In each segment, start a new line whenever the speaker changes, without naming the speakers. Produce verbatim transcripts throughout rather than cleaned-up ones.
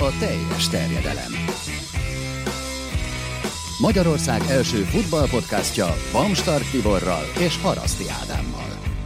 a teljes terjedelem. Magyarország első futballpodcastja Bamstart Tiborral és Haraszti Ádámmal.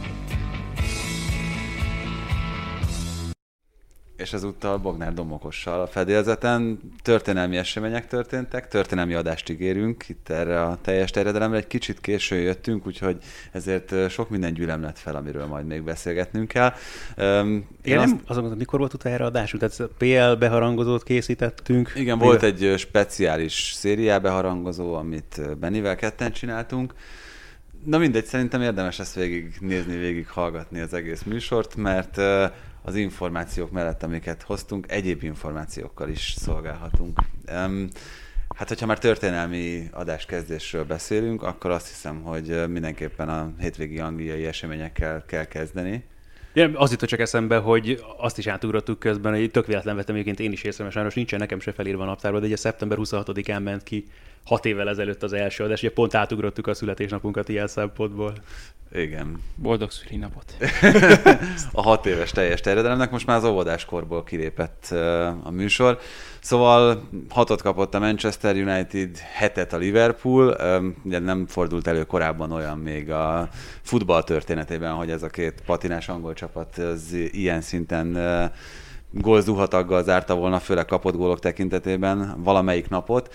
És ezúttal Bognár Domokossal a fedélzeten. Történelmi események történtek, történelmi adást ígérünk itt erre a teljes terjedelemre. Egy kicsit későn jöttünk, úgyhogy ezért sok minden gyűlöm lett fel, amiről majd még beszélgetnünk kell.
Én, Én azt... nem azon, mikor volt utána adásunk? Tehát pé el beharangozót készítettünk.
Igen, még volt egy speciális szériá beharangozó, amit Bennivel ketten csináltunk. Na mindegy, szerintem érdemes ezt végig nézni, végig hallgatni az egész műsort, mert az információk mellett, amiket hoztunk, egyéb információkkal is szolgálhatunk. Hát, hogyha már történelmi adáskezdésről beszélünk, akkor azt hiszem, hogy mindenképpen a hétvégi angliai eseményekkel kell kezdeni.
Ja, az jutott csak eszembe, hogy azt is átugrottuk közben, hogy tök véletlen vettem egyébként én is észre, mert sajnos nincsen nekem se felírva a naptárban, de ugye szeptember huszonhatodikán ment ki hat évvel ezelőtt az első adás, ugye pont átugrottuk a születésnapunkat ilyen szempontból.
Igen.
Boldog szülinapot.
A hat éves teljes terjedelemnek most már az óvodáskorból kilépett a műsor. Szóval hatot kapott a Manchester United, hetet a Liverpool. Ugye nem fordult elő korábban olyan még a futball történetében, hogy ez a két patinás angol csapat az ilyen szinten gólzuhataggal zárta volna, főleg kapott gólok tekintetében valamelyik napot.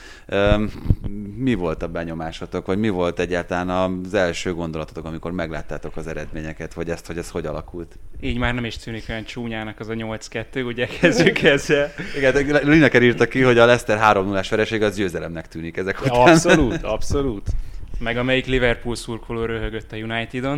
Mi volt a benyomásotok, vagy mi volt egyáltalán az első gondolatotok, amikor megláttátok az eredményeket, vagy ezt, hogy ez hogy alakult?
Így már nem is tűnik olyan csúnyának az a nyolc kettő, ugye kezdjük ezzel.
Igen, Lineker írta ki, hogy a Leicester három nullás vereség az győzelemnek tűnik ezek után.
Abszolút, abszolút.
Meg amelyik Liverpool szurkoló röhögött a Unitedon.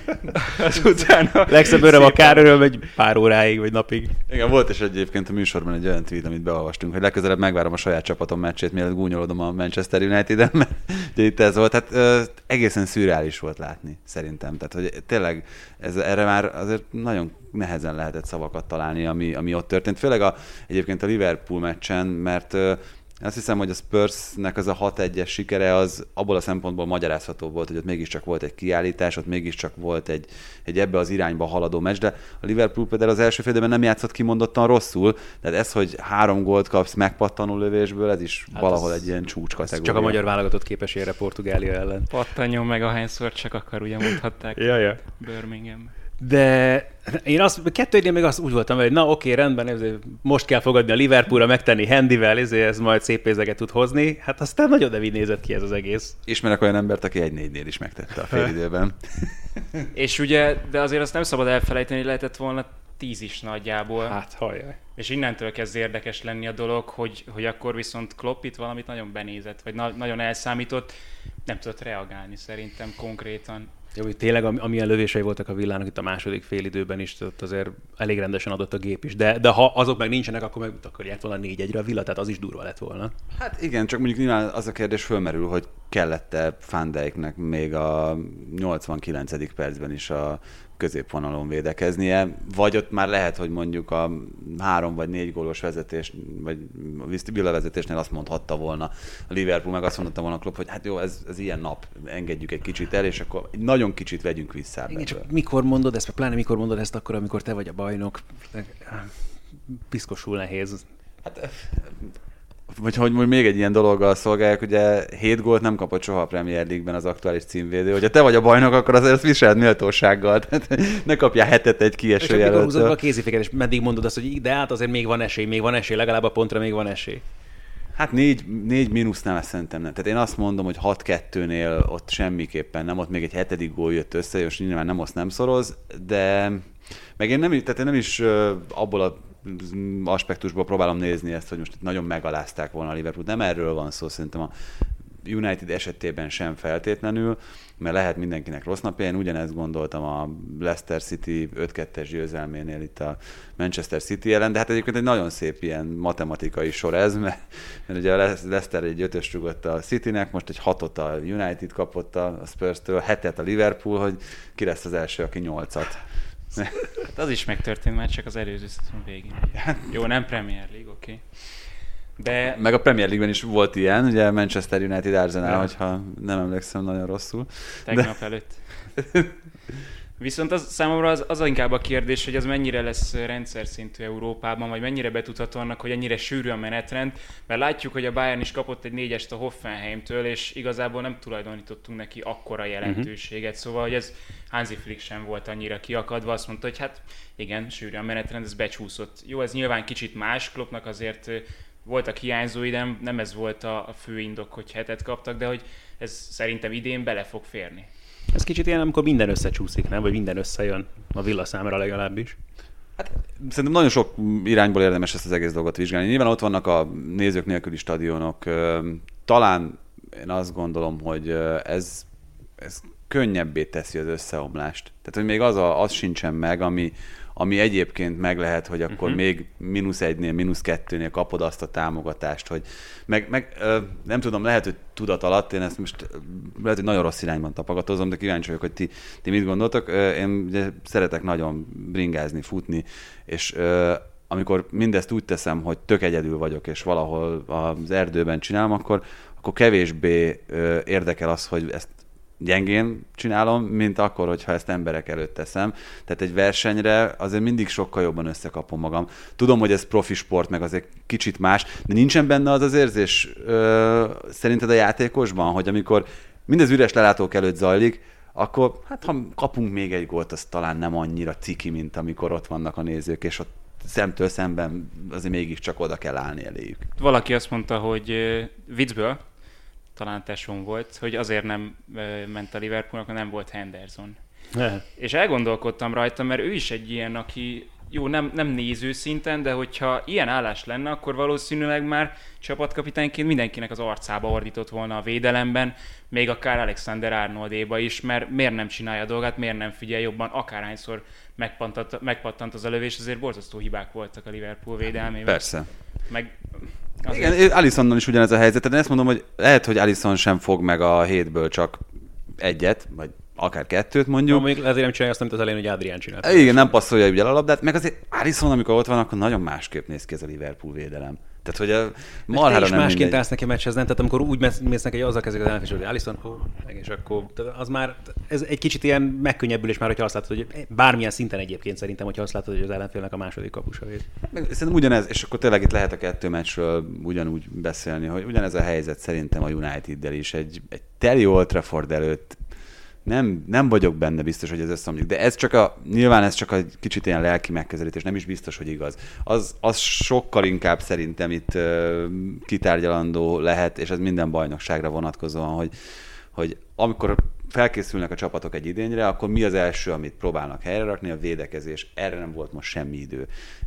Azután a...
Legszebb öröm a káröröm egy pár óráig, vagy napig.
Igen, volt is egyébként a műsorban egy olyan tweet, amit beolvastunk, hogy legközelebb megvárom a saját csapatom meccsét, mielőtt gúnyolodom a Manchester United-en, mert itt ez volt. Hát ö, egészen szürreális volt látni, szerintem. Tehát, hogy tényleg ez, erre már azért nagyon nehezen lehetett szavakat találni, ami, ami ott történt. Főleg a, egyébként a Liverpool meccsen, mert ö, azt hiszem, hogy a Spursnek az a hat egyes sikere az abból a szempontból magyarázható volt, hogy ott mégiscsak volt egy kiállítás, ott mégiscsak volt egy, egy ebbe az irányba haladó meccs, de a Liverpool például az első félidőben nem játszott kimondottan rosszul, tehát ez, hogy három gólt kapsz megpattanó lövésből, ez is hát valahol egy ilyen csúcskategória.
Csak a magyar válogatott képes érre Portugália ellen.
Pattanjon meg ahányszor csak akar, ugye mondhatták.
ja, ja.
Birmingham.
De én azt, kettőnél még azt úgy voltam, hogy na oké, rendben, ez, most kell fogadni a Liverpoolra, megtenni handivel, ez, ez majd szép pénzeket tud hozni. Hát aztán nagyon devid nézett ki ez az egész.
Ismerek olyan embert, aki egy négynél is megtette a félidőben.
És ugye, de azért azt nem szabad elfelejteni, hogy lehetett volna tíz is nagyjából.
Hát hajjaj.
És innentől kezd érdekes lenni a dolog, hogy, hogy akkor viszont Klopp itt valamit nagyon benézett, vagy na- nagyon elszámított, nem tudott reagálni szerintem konkrétan.
Jó, hogy tényleg amilyen lövései voltak a Villának itt a második félidőben is, ott azért elég rendesen adott a gép is. De, de ha azok meg nincsenek, akkor meg akarják volna négy egyre a Villa, tehát az is durva lett volna.
Hát igen, csak mondjuk nyilván az a kérdés fölmerül, hogy kellett-e Van Dijknek még a nyolcvankilencedik percben is a középvonalon védekeznie, vagy ott már lehet, hogy mondjuk a három vagy négy gólos vezetés, vagy a Villa vezetésnél azt mondhatta volna a Liverpool, meg azt mondhatta volna a Klopp, hogy hát jó, ez, ez ilyen nap, engedjük egy kicsit el, és akkor egy nagyon kicsit vegyünk vissza.
Igen, csak mikor mondod ezt, pláne mikor mondod ezt akkor, amikor te vagy a bajnok, piszkosul nehéz. Hát,
vagy hogy még egy ilyen dologgal szolgálják, ugye hét gólt nem kapott soha a Premier League-ben az aktuális címvédő. Hogyha te vagy a bajnok, akkor azért viseld méltósággal. Tehát ne kapjál hetet egy kieső jelöltől.
És mikor húzod a kéziféket, és meddig mondod azt, hogy de hát azért még van esély, még van esély, legalább a pontra még van esély.
Hát négy, négy mínusznál ezt szerintem nem. Tehát én azt mondom, hogy hat kettőnél ott semmiképpen nem, ott még egy hetedik gól jött össze, és nyilván nem azt nem szoroz, de meg én nem, tehát én nem is abból a aspektusból próbálom nézni ezt, hogy most itt nagyon megalázták volna a Liverpool. Nem erről van szó, szerintem a United esetében sem feltétlenül, mert lehet mindenkinek rossz napja. Én ugyanezt gondoltam a Leicester City öt kettes győzelménél itt a Manchester City ellen, de hát egyébként egy nagyon szép ilyen matematikai sor ez, mert, mert ugye a Leicester egy ötös rúgott a Citynek, most egy hatot a United kapott a Spurs-től, hetet a Liverpool, hogy ki lesz az első, aki nyolcat.
Hát az is megtörtént már csak az előző szezon végén. Jó, nem Premier League, oké. Okay. De...
Meg a Premier League-ben is volt ilyen, ugye Manchester United Arsenal, ja. Hogyha nem emlékszem nagyon rosszul.
Tegnap De... előtt. Viszont az, számomra az, az inkább a kérdés, hogy az mennyire lesz rendszer szintű Európában, vagy mennyire betudható annak, hogy ennyire sűrű a menetrend, mert látjuk, hogy a Bayern is kapott egy négyest a Hoffenheimtől, és igazából nem tulajdonítottunk neki akkora jelentőséget, uh-huh. szóval hogy ez Hansi Flick sem volt annyira kiakadva, azt mondta, hogy hát igen, sűrű a menetrend, ez becsúszott. Jó, ez nyilván kicsit más, Kloppnak azért voltak hiányzói, de nem, nem ez volt a, a fő indok, hogy hetet kaptak, de hogy ez szerintem idén bele fog férni.
Ez kicsit ilyen, amikor minden összecsúszik, nem? Vagy minden összejön a Villa számára legalábbis.
Hát, szerintem nagyon sok irányból érdemes ezt az egész dolgot vizsgálni. Nyilván ott vannak a nézők nélküli stadionok. Talán én azt gondolom, hogy ez, ez könnyebbé teszi az összeomlást. Tehát, hogy még az, a, az sincsen meg, ami, ami egyébként meg lehet, hogy akkor uh-huh. még mínusz egynél, mínusz kettőnél kapod azt a támogatást, hogy meg, meg nem tudom, lehet, hogy tudat alatt, én ezt most lehet, hogy nagyon rossz irányban tapogatózom, de kíváncsi vagyok, hogy ti, ti mit gondoltok. Én ugye szeretek nagyon bringázni, futni, és amikor mindezt úgy teszem, hogy tök egyedül vagyok, és valahol az erdőben csinálom, akkor, akkor kevésbé érdekel az, hogy ezt gyengén csinálom, mint akkor, hogyha ezt emberek előtt teszem. Tehát egy versenyre azért mindig sokkal jobban összekapom magam. Tudom, hogy ez profi sport, meg azért kicsit más, de nincsen benne az az érzés ö, szerinted a játékosban, hogy amikor mindez üres lelátók előtt zajlik, akkor hát ha kapunk még egy gólt, az talán nem annyira ciki, mint amikor ott vannak a nézők, és ott szemtől szemben azért mégiscsak oda kell állni eléjük.
Valaki azt mondta, hogy viccből, talán tesóm volt, hogy azért nem ment a Liverpoolnak, nem volt Henderson. Ne. És elgondolkodtam rajta, mert ő is egy ilyen, aki jó, nem, nem néző szinten, de hogyha ilyen állás lenne, akkor valószínűleg már csapatkapitányként mindenkinek az arcába ordított volna a védelemben, még akár Alexander Arnoldéba is, mert miért nem csinálja a dolgát, miért nem figyel jobban, akárhányszor megpattant, megpattant az a lövés, azért borzasztó hibák voltak a Liverpool védelmében.
Persze.
Meg
azért... Igen, Alissonnal is ugyanez a helyzet, de én ezt mondom, hogy lehet, hogy Alisson sem fog meg a hétből csak egyet, vagy akár kettőt mondjuk.
No, még azért nem csinálja azt, amit az elején, hogy Adrián csinált.
Igen, nem passzolja ugye a labdát, meg azért Alisson, amikor ott van, akkor nagyon másképp néz ki ez a Liverpool védelem. Tehát, hogy a marhára
nem másként
mindegy.
állsz neki a meccshez, nem? Tehát amikor úgy mész neki, hogy azzal kezdik az ellenfél, hogy Alisson, ó, és akkor az már, ez egy kicsit ilyen megkönnyebbülés már, hogyha azt látod, hogy bármilyen szinten egyébként szerintem, hogyha azt látod, hogy az ellenfélnek a második kapusa véd.
Szerintem ugyanez, és akkor tényleg itt lehet a kettő meccsről ugyanúgy beszélni, hogy ugyanez a helyzet szerintem a United-del is. Egy, egy teli Old Trafford előtt Nem, nem vagyok benne biztos, hogy ez összeomlik, de ez csak a, nyilván ez csak egy kicsit ilyen lelki megközelítés, nem is biztos, hogy igaz. Az, az sokkal inkább szerintem itt uh, kitárgyalandó lehet, és ez minden bajnokságra vonatkozóan, hogy, hogy amikor felkészülnek a csapatok egy idényre, akkor mi az első, amit próbálnak helyre rakni? A védekezés. Erre nem volt most semmi idő.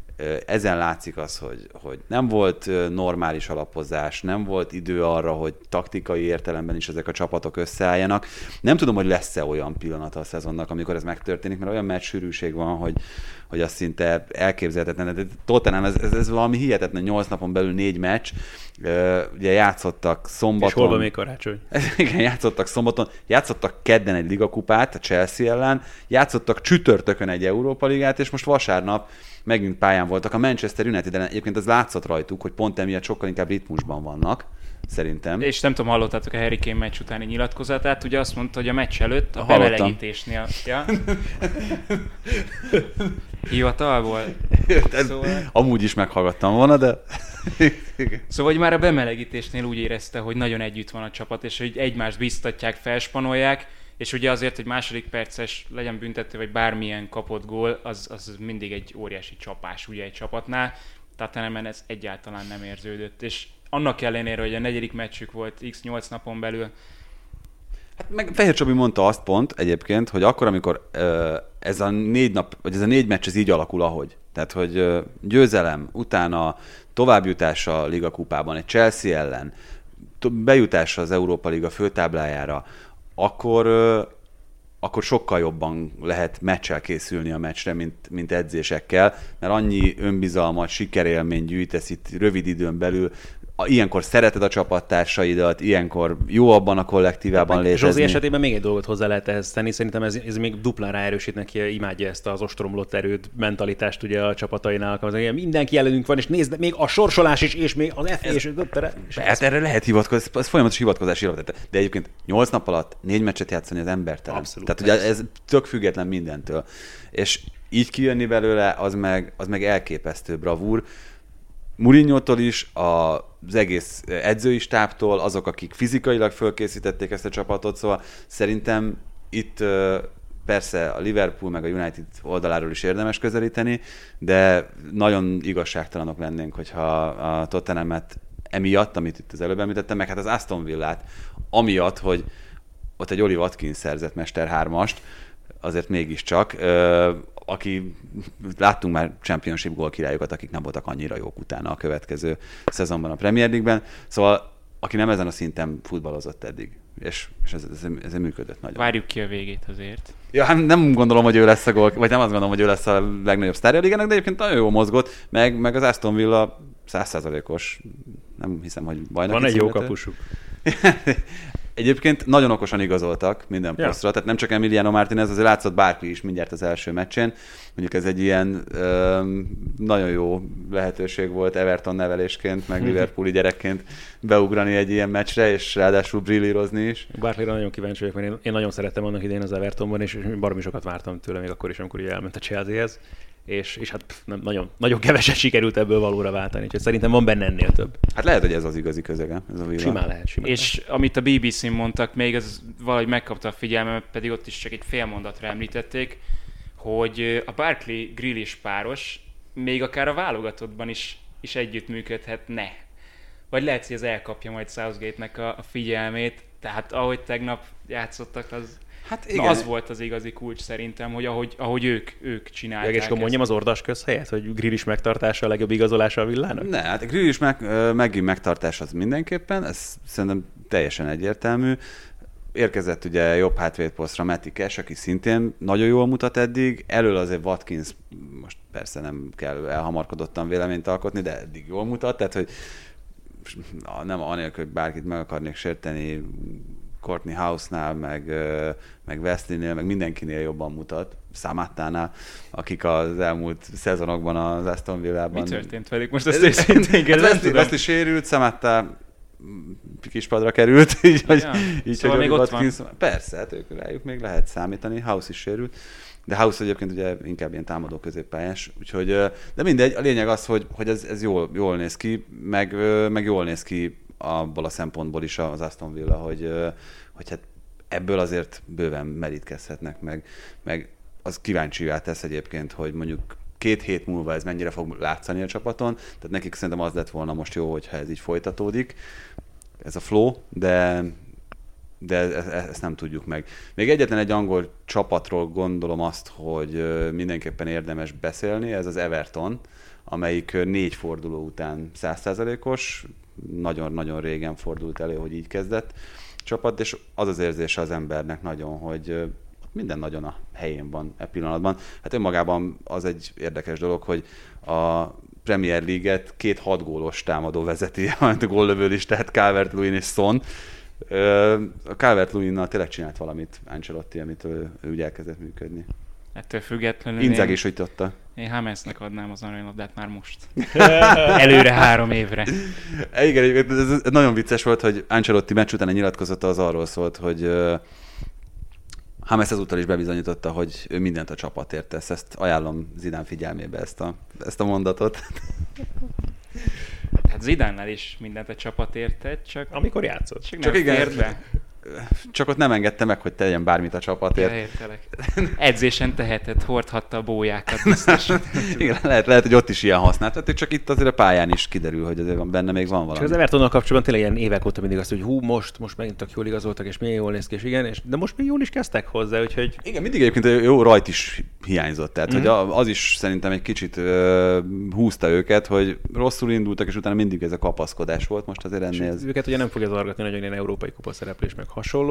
Ezen látszik az, hogy, hogy nem volt normális alapozás, nem volt idő arra, hogy taktikai értelemben is ezek a csapatok összeálljanak. Nem tudom, hogy lesz-e olyan pillanata a szezonnak, amikor ez megtörténik, mert olyan meccs sűrűség van, hogy, hogy az szinte elképzelhetetlen. De Tottenham, ez, ez, ez valami hihetetlen, nyolc napon belül négy meccs. Ugye játszottak szombaton.
És hol van még karácsony?
Igen, játszottak szombaton, játszottak kedden egy ligakupát a Chelsea ellen, játszottak csütörtökön egy Európa ligát, és most vasárnap megint pályán voltak. A Manchester United ellen egyébként az látszott rajtuk, hogy pont emiatt sokkal inkább ritmusban vannak, szerintem.
És nem tudom, hallottátok a Harry Kane meccs utáni nyilatkozatát, ugye azt mondta, hogy a meccs előtt a bemelegítésnél... Ja? Hivatalból.
Szóval... Amúgy is meghallgattam volna, de...
Szóval, hogy már a bemelegítésnél úgy érezte, hogy nagyon együtt van a csapat, és hogy egymást biztatják, felspanolják, és ugye azért, hogy második perces legyen büntető, vagy bármilyen kapott gól, az, az mindig egy óriási csapás ugye egy csapatnál. Tottenhamben ez egyáltalán nem érződött. És annak ellenére, hogy a negyedik meccsük volt x nyolc napon belül.
Hát meg Fehér Csabi mondta azt pont egyébként, hogy akkor, amikor uh, ez a négy nap, vagy ez a négy meccs ez így alakul, ahogy. Tehát, hogy uh, győzelem, utána továbbjutás a Liga kupában egy Chelsea ellen, bejutás az Európa Liga főtáblájára, akkor, akkor sokkal jobban lehet meccsel készülni a meccsre, mint, mint edzésekkel, mert annyi önbizalmat, sikerélmény gyűjtesz itt rövid időn belül, ilyenkor szereted a csapattársaidat, ilyenkor jó abban a kollektívában
hát,
létezni.
Zsózi esetében még egy dolgot hozzá lehet ehhez tenni, szerintem ez, ez még duplán ráerősít neki, imádja ezt az ostromlott erőt, mentalitást ugye a csapatainál, mindenki ellenünk van, és nézd, még a sorsolás is, és még az F ez, és, és
hát erre lehet hivatkozni, ez folyamatos hivatkozási alapvető. De egyébként nyolc nap alatt négy meccset játszani az embertelen.
Abszolút.
Tehát ugye ez tök független mindentől. És így kijönni belőle, az meg, az meg elképesztő bravúr. Mourinho-tól is, az egész edzői stábtól, azok, akik fizikailag fölkészítették ezt a csapatot, szóval szerintem itt persze a Liverpool meg a United oldaláról is érdemes közelíteni, de nagyon igazságtalanok lennénk, hogyha a Tottenhamet emiatt, amit itt az előbb említettem, meg hát az Aston Villát, amiatt, hogy ott egy Oli Watkins szerzett Mester hármast, azért mégiscsak, aki láttunk már Championship gólkirályokat, akik nem voltak annyira jók utána a következő szezonban a Premier League-ben. Szóval aki nem ezen a szinten futballozott eddig, és, és ez, ez, ez működött nagyon.
Várjuk ki a végét azért.
Ja, hát nem gondolom, hogy ő lesz a gól, vagy nem azt gondolom, hogy ő lesz a legnagyobb sztárja a ligának, de egyébként nagyon jól mozgott, meg, meg az Aston Villa száz százalékos, nem hiszem, hogy bajnoki
van egy jó
születő.
kapusuk.
Egyébként nagyon okosan igazoltak minden
ja.
posztra, tehát nem csak Emiliano Martinez, azért látszott Barkley is mindjárt az első meccsen. Mondjuk ez egy ilyen ö, nagyon jó lehetőség volt Everton nevelésként, meg Liverpooli gyerekként beugrani egy ilyen meccsre, és ráadásul brillírozni is.
Barkleyra nagyon kíváncsi vagyok, mert én, én nagyon szerettem annak idején az Evertonban, és baromi sokat vártam tőle, még akkor is, amikor ugye elment a Chelseahez. És, és hát pff, nem, nagyon, nagyon keveset sikerült ebből valóra váltani, úgyhogy szerintem van benne ennél több.
Hát lehet, hogy ez az igazi közege. Ez a Villa.
Simán lehet, simán
És lehet. Amit a bé bé cén mondtak, még az valahogy megkapta a figyelmemet, pedig ott is csak egy fél mondatra említették, hogy a Barkley-Grealish páros még akár a válogatottban is, is együttműködhetne. Vagy lehet, hogy ez elkapja majd Southgate-nek a, a figyelmét, tehát ahogy tegnap játszottak, az...
Hát igen.
Na, az volt az igazi kulcs szerintem, hogy ahogy, ahogy ők, ők csinálták.
És akkor mondjam az ordas közhelyet, hogy Grealish megtartása a legjobb igazolása a Villának?
Ne, hát a Grealish meg, megint megtartás az mindenképpen, ez szerintem teljesen egyértelmű. Érkezett ugye jobb hátvédposztra Matty Cash, aki szintén nagyon jól mutat eddig. Elől azért Watkins, most persze nem kell elhamarkodottan véleményt alkotni, de eddig jól mutat, tehát hogy nem anélkül, hogy bárkit meg akarnék sérteni, Courtney House-nál, meg, meg Wesley-nél, meg mindenkinél jobban mutat, Samattánál, akik az elmúlt szezonokban az Aston Villában...
Mi történt velük? Most ezt őszintén kérdezem.
Wesley, Wesley sérült, Samatta kispadra került, így, hogy,
ja.
így
szóval
hogy
még ott van.
Persze, hát ők rájuk még lehet számítani, House is sérült, de House egyébként ugye inkább ilyen támadó középpályás, úgyhogy, de mindegy, a lényeg az, hogy, hogy ez, ez jól, jól néz ki, meg, meg jól néz ki abból a szempontból is az Aston Villa, hogy, hogy hát ebből azért bőven merítkezhetnek meg, meg az kíváncsivá tesz egyébként, hogy mondjuk két hét múlva ez mennyire fog látszani a csapaton, tehát nekik szerintem az lett volna most jó, hogyha ez így folytatódik, ez a flow, de, de ezt nem tudjuk meg. Még egyetlen egy angol csapatról gondolom azt, hogy mindenképpen érdemes beszélni, ez az Everton, amelyik négy forduló után száz százalékos, nagyon-nagyon régen fordult elő, hogy így kezdett csapat, és az az érzése az embernek nagyon, hogy minden nagyon a helyén van e pillanatban. Hát önmagában az egy érdekes dolog, hogy a Premier League-et két hat gólos támadó vezeti, a góllövő listát, Calvert-Lewin és Son. A Calvert-Lewinnal tényleg csinált valamit Ancelotti, amit ő, ő úgy elkezdett működni.
Ettől függetlenül
Inzaghi is ütötte.
Én Hamesnek adnám az aranylabdát már most. Előre három évre.
Igen, ez nagyon vicces volt, hogy Ancelotti meccs után a nyilatkozata az arról szólt, hogy James ezúttal is bebizonyította, hogy ő mindent a csapatért tesz. Ezt ajánlom Zidane figyelmébe, ezt a, ezt a mondatot.
Hát Zidannál is mindent a csapatért tett, csak...
Amikor játszott.
Csak,
csak
nem
igen,
fért be.
Csak ott nem engedte meg, hogy tegyen bármit a csapatért.
Ja, értelek. Edzésen tehetett, hordhatta a bójákat biztos.
Igen, lehet, lehet, hogy ott is ilyen használt. Tehát csak itt azért a pályán is kiderül, hogy azért van, benne még van valami.
Csak az Evertonnal kapcsolatban tényleg ilyen évek óta mindig azt, hogy hú, most, most megint tök jól igazoltak, és milyen jól néz ki, és igen, és, de most még jól is kezdtek hozzá, úgyhogy...
Igen, mindig egyébként jó rajt is hiányzott, tehát
Mm-hmm.
hogy az is szerintem egy kicsit uh, húzta őket, hogy rosszul indultak, és utána mindig ez a kapaszkodás volt, most azért ennél ez...
Őket ugye nem fogja zargatni nagyon ilyen európai kupa szereplés, meg hasonlók,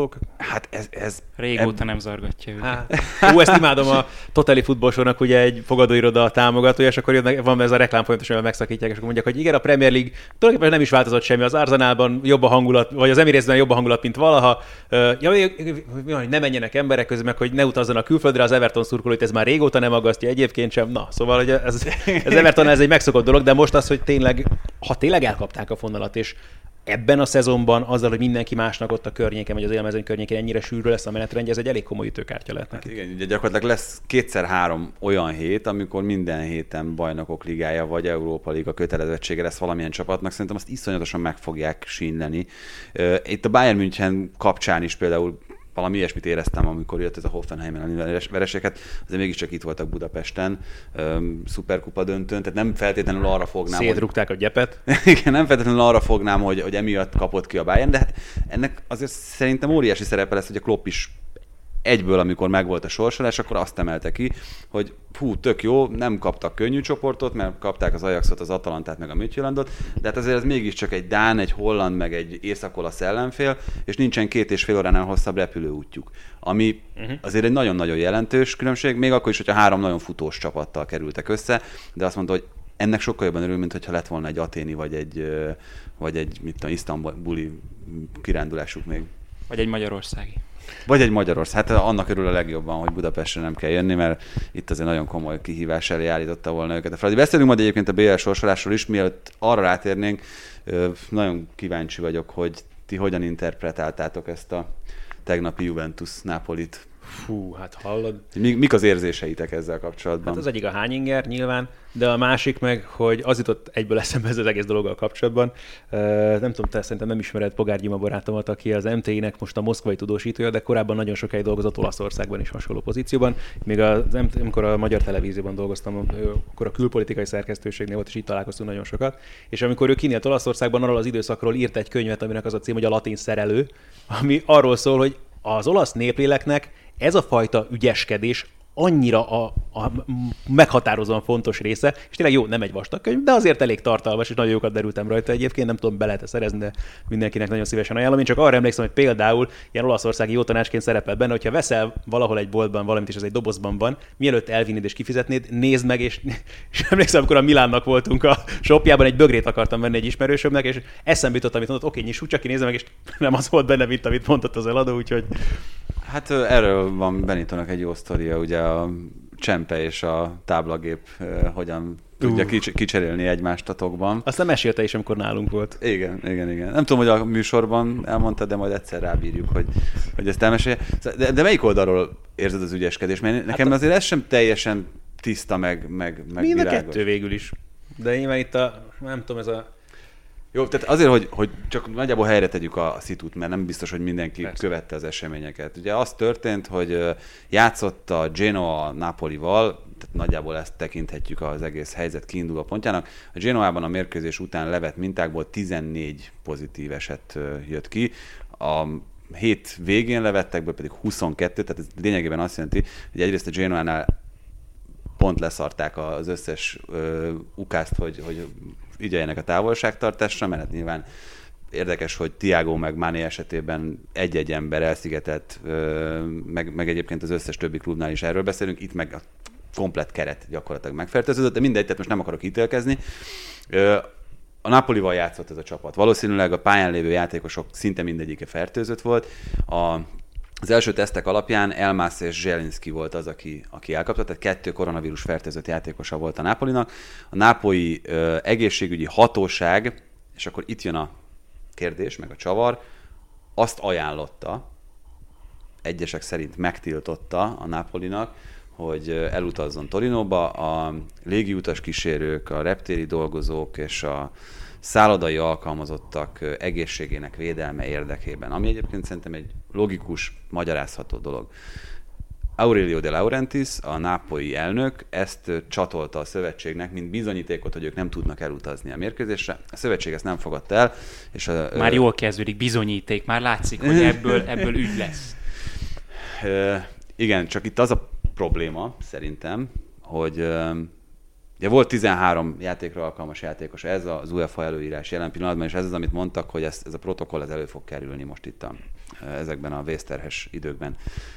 szurkolók?
Hát ez... ez
Régóta eb... nem zargatja őket.
Hát, ú, ezt imádom, a Totally Football Show-nak ugye egy fogadóiroda támogatója, és akkor jönnek, van ez a reklám folyamatosan, megszakítják, és akkor mondják, hogy igen, a Premier League tulajdonképpen nem is változott semmi, az Arsenalban jobb a hangulat, vagy az Emiratesben jobb a hangulat, mint valaha. Ja, hogy ne menjenek emberek közül, meg hogy ne utazzanak külföldre, az Everton szurkolóit ez már régóta nem aggasztja, egyébként sem. Na, szóval hogy ez, ez Everton ez egy megszokott dolog, de most az, hogy tényleg, ha tényleg elkapták a fonalat, és ebben a szezonban azzal, hogy mindenki másnak ott a környéken, vagy az élmezőny környékén ennyire sűrű lesz a menetrendje, ez egy elég komoly ütőkártya lehet neki.
Hát igen, ugye gyakorlatilag lesz kétszer-három olyan hét, amikor minden héten Bajnokok Ligája vagy Európa Liga kötelezettsége lesz valamilyen csapatnak. Szerintem azt iszonyatosan meg fogják sínyleni. Itt a Bayern München kapcsán is például valami ilyesmit éreztem, amikor jött ez a Hoffenheimen a vereséget, azért mégiscsak itt voltak Budapesten, um, szuperkupa döntőn, tehát nem feltétlenül arra fognám,
szétrugták hogy... a gyepet.
Igen, nem feltétlenül arra fognám, hogy, hogy emiatt kapott ki a Bayern, de hát ennek azért szerintem óriási szerepe lesz, hogy a Klopp is egyből, amikor megvolt a sorsolás, akkor azt emelte ki, hogy hú, tök jó, nem kaptak könnyű csoportot, mert kapták az Ajaxot, az Atalantát, meg a Midtjyllandot, de hát azért ez mégiscsak egy dán, egy holland, meg egy észak-olasz ellenfél, és nincsen két és fél óránál hosszabb repülőútjuk, ami uh-huh. azért egy nagyon-nagyon jelentős különbség, még akkor is, hogyha három nagyon futós csapattal kerültek össze, de azt mondta, hogy ennek sokkal jobban örül, mint hogyha lett volna egy aténi, vagy egy, vagy egy mit tudom, isztambuli kirándulásuk még.
Vagy egy magyarországi.
Vagy egy Magyarország. Hát annak örül a legjobban, hogy Budapestre nem kell jönni, mert itt azért nagyon komoly kihívás elé állította volna őket a Fradi. Beszélünk majd egyébként a bé el sorsolásról is, mielőtt arra rátérnénk. Nagyon kíváncsi vagyok, hogy ti hogyan interpretáltátok ezt a tegnapi Juventus-Nápolit.
Fú, hát hallod.
Mi, mik az érzéseitek ezzel kapcsolatban?
Hát az egyik a hányinger nyilván, de a másik meg, hogy az jutott egyből eszembe ez az egész dologgal kapcsolatban. Uh, nem tudom, te szerintem nem ismered Pogár Gyima barátomat, aki az em té i-nek most a moszkvai tudósítója, de korábban nagyon sokáig dolgozott Olaszországban is hasonló pozícióban. Még az, amikor a Magyar Televízióban dolgoztam, akkor a külpolitikai szerkesztőségnél volt, és itt találkoztunk nagyon sokat. És amikor ő kinélt Olaszországban, arról az időszakról írt egy könyvet, aminek az a cím, hogy a latin szerelő, ami arról szól, hogy az olasz népléleknek ez a fajta ügyeskedés annyira a, a meghatározóan fontos része, és tényleg jó, nem egy vastag könyv, de azért elég tartalmas, és nagyon jókat derültem rajta egyébként, nem tudom, be lehet szerezni, de mindenkinek nagyon szívesen ajánlom. Én csak arra emlékszem, hogy például ilyen olaszországi jó tanácsként szerepel benne, hogyha veszel valahol egy boltban valamit, és ez egy dobozban van, mielőtt elvinnéd és kifizetnéd, nézd meg, és, és emlékszem, amikor a Milánnak voltunk a shopjában, egy bögrét akartam venni egy ismerősömnek, és eszembe jutott, amit mondott, oké, nyissuk, csak ki nézem meg, és nem az volt benne, mint amit mondott az eladó, úgyhogy
hát erről van Benitonak egy jó sztoria, ugye a csempe és a táblagép hogyan tudja uh. kicserélni egymást a tokban.
Azt nem mesélte is, amikor nálunk volt.
Igen, igen, igen. Nem tudom, hogy a műsorban elmondtad, de majd egyszer rábírjuk, hogy, hogy ezt elmesélje. De, de melyik oldalról érzed az ügyeskedést? Mert nekem hát a... azért ez sem teljesen tiszta, meg, meg, meg
mind a kettő végül is. De én már itt a, nem tudom, ez a
jó, tehát azért, hogy, hogy csak nagyjából helyre tegyük a, a szitut, mert nem biztos, hogy mindenki Persze. követte az eseményeket. Ugye az történt, hogy játszott a Genoa Napolival, tehát nagyjából ezt tekinthetjük az egész helyzet kiinduló pontjának. A Genoában a mérkőzés után levett mintákból tizennégy pozitív eset jött ki. A hét végén levettekből pedig huszonkettő, tehát ez lényegében azt jelenti, hogy egyrészt a Genoánál pont leszarták az összes ö, ukázt, hogy, hogy ügyeljenek a távolságtartásra, mert nyilván érdekes, hogy Thiago meg Mané esetében egy-egy ember elszigetett, ö, meg, meg egyébként az összes többi klubnál is erről beszélünk, itt meg a komplett keret gyakorlatilag megfertőződött, de mindegy, tehát most nem akarok ítélkezni. Ö, a Napolival játszott ez a csapat. Valószínűleg a pályán lévő játékosok szinte mindegyike fertőzött volt. A Az első tesztek alapján Elmas és Zselinszky volt az, aki, aki elkapta, tehát kettő koronavírus fertőzött játékosa volt a Nápolinak. A nápolyi ö, egészségügyi hatóság, és akkor itt jön a kérdés, meg a csavar, azt ajánlotta, egyesek szerint megtiltotta a Nápolinak, hogy elutazzon Torinóba. A légiutas kísérők, a reptéri dolgozók és a szállodai alkalmazottak egészségének védelme érdekében, ami egyébként szerintem egy logikus, magyarázható dolog. Aurelio De Laurentiis, a nápolyi elnök, ezt csatolta a szövetségnek, mint bizonyítékot, hogy ők nem tudnak elutazni a mérkőzésre. A szövetség ezt nem fogadta el. És a,
már jól kezdődik, bizonyíték, már látszik, hogy ebből, ebből ügy lesz.
Igen, csak itt az a probléma, szerintem, hogy ugye volt tizenhárom játékra alkalmas játékos, ez az UEFA előírás jelen pillanatban, és ez az, amit mondtak, hogy ez, ez a protokoll ez elő fog kerülni most itt a ezekben a vészterhes időkben.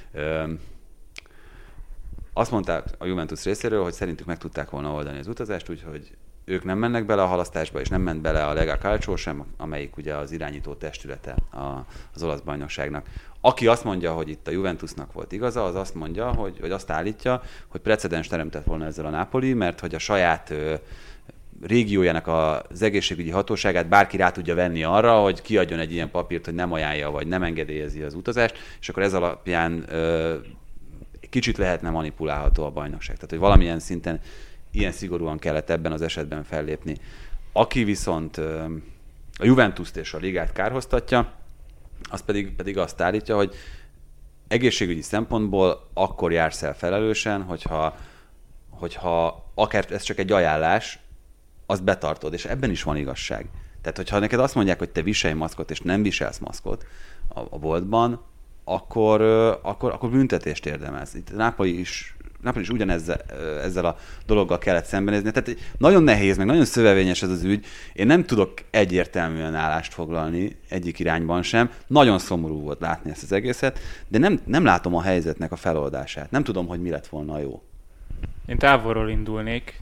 Azt mondták a Juventus részéről, hogy szerintük meg tudták volna oldani az utazást, úgyhogy ők nem mennek bele a halasztásba, és nem ment bele a Lega Calcio sem, amelyik ugye az irányító testülete az olasz bajnokságnak. Aki azt mondja, hogy itt a Juventusnak volt igaza, az azt mondja, hogy, vagy azt állítja, hogy precedens teremtett volna ezzel a Napoli, mert hogy a saját ö, régiójának az egészségügyi hatóságát bárki rá tudja venni arra, hogy kiadjon egy ilyen papírt, hogy nem ajánlja, vagy nem engedélyezi az utazást, és akkor ez alapján ö, kicsit lehetne manipulálható a bajnokság. Tehát, hogy valamilyen szinten ilyen szigorúan kellett ebben az esetben fellépni. Aki viszont ö, a Juventust és a ligát kárhoztatja, az pedig, pedig azt állítja, hogy egészségügyi szempontból akkor jársz el felelősen, hogyha, hogyha akár ez csak egy ajánlás, azt betartod, és ebben is van igazság. Tehát, hogyha neked azt mondják, hogy te viselj maszkot, és nem viselsz maszkot a, a boltban, akkor, akkor, akkor büntetést érdemelsz. Itt Napoli is, Napoli is ugyanezzel ezzel a dologgal kellett szembenézni. Tehát nagyon nehéz, meg nagyon szövevényes ez az ügy. Én nem tudok egyértelműen állást foglalni egyik irányban sem. Nagyon szomorú volt látni ezt az egészet, de nem, nem látom a helyzetnek a feloldását. Nem tudom, hogy mi lett volna jó.
Én távolról indulnék.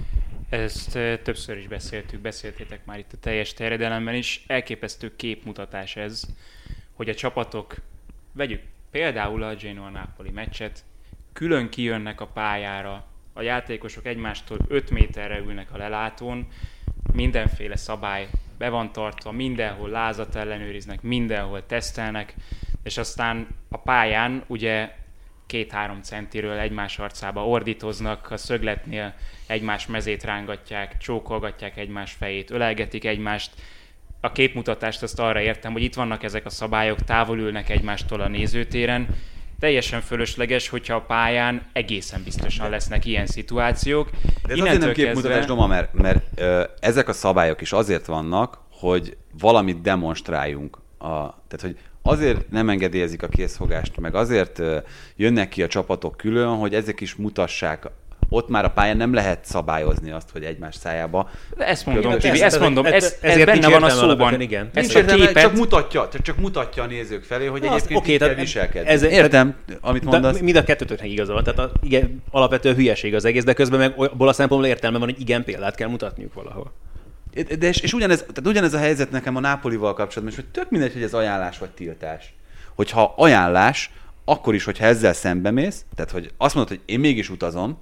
Ezt többször is beszéltük, beszéltétek már itt a teljes terjedelemben is. Elképesztő képmutatás ez, hogy a csapatok, vegyük például a Genoa-Napoli meccset, külön kijönnek a pályára, a játékosok egymástól öt méterre ülnek a lelátón, mindenféle szabály be van tartva, mindenhol lázat ellenőriznek, mindenhol tesztelnek, és aztán a pályán ugye két-három centiről egymás arcába ordítoznak, a szögletnél egymás mezét rángatják, csókolgatják egymás fejét, ölelgetik egymást. A képmutatást azt arra értem, hogy itt vannak ezek a szabályok, távol ülnek egymástól a nézőtéren. Teljesen fölösleges, hogyha a pályán egészen biztosan lesznek ilyen szituációk.
De ez azért nem képmutatás, kezdve... Doma, mert, mert ö, ezek a szabályok is azért vannak, hogy valamit demonstráljunk. A, tehát, hogy azért nem engedélyezik a készfogást, meg azért ö, jönnek ki a csapatok külön, hogy ezek is mutassák. Ott már a pályán nem lehet szabályozni azt, hogy egymás szájába.
De ezt mondom, Tibi, ezt, ezt mondom, ez, ez benne van a szóban.
Igen.
Nincs értelme, képet... csak, mutatja, csak mutatja a nézők felé, hogy Na, egyébként okay, kell viselkedni. Ez, Értem, amit mondasz.
Mind a kettőtöknek igaza van. Tehát a, igen, alapvetően hülyeség az egész, de közben meg abból a szempontból értelme van, hogy igen, példát kell mutatniuk valahol.
De és, és ugyanez, tehát ugyanez a helyzet nekem a Napolival kapcsolatban, és hogy tök mindegy, hogy ez ajánlás vagy tiltás. Hogyha ajánlás, akkor is, hogyha ezzel szembe mész, tehát hogy azt mondod, hogy én mégis utazom,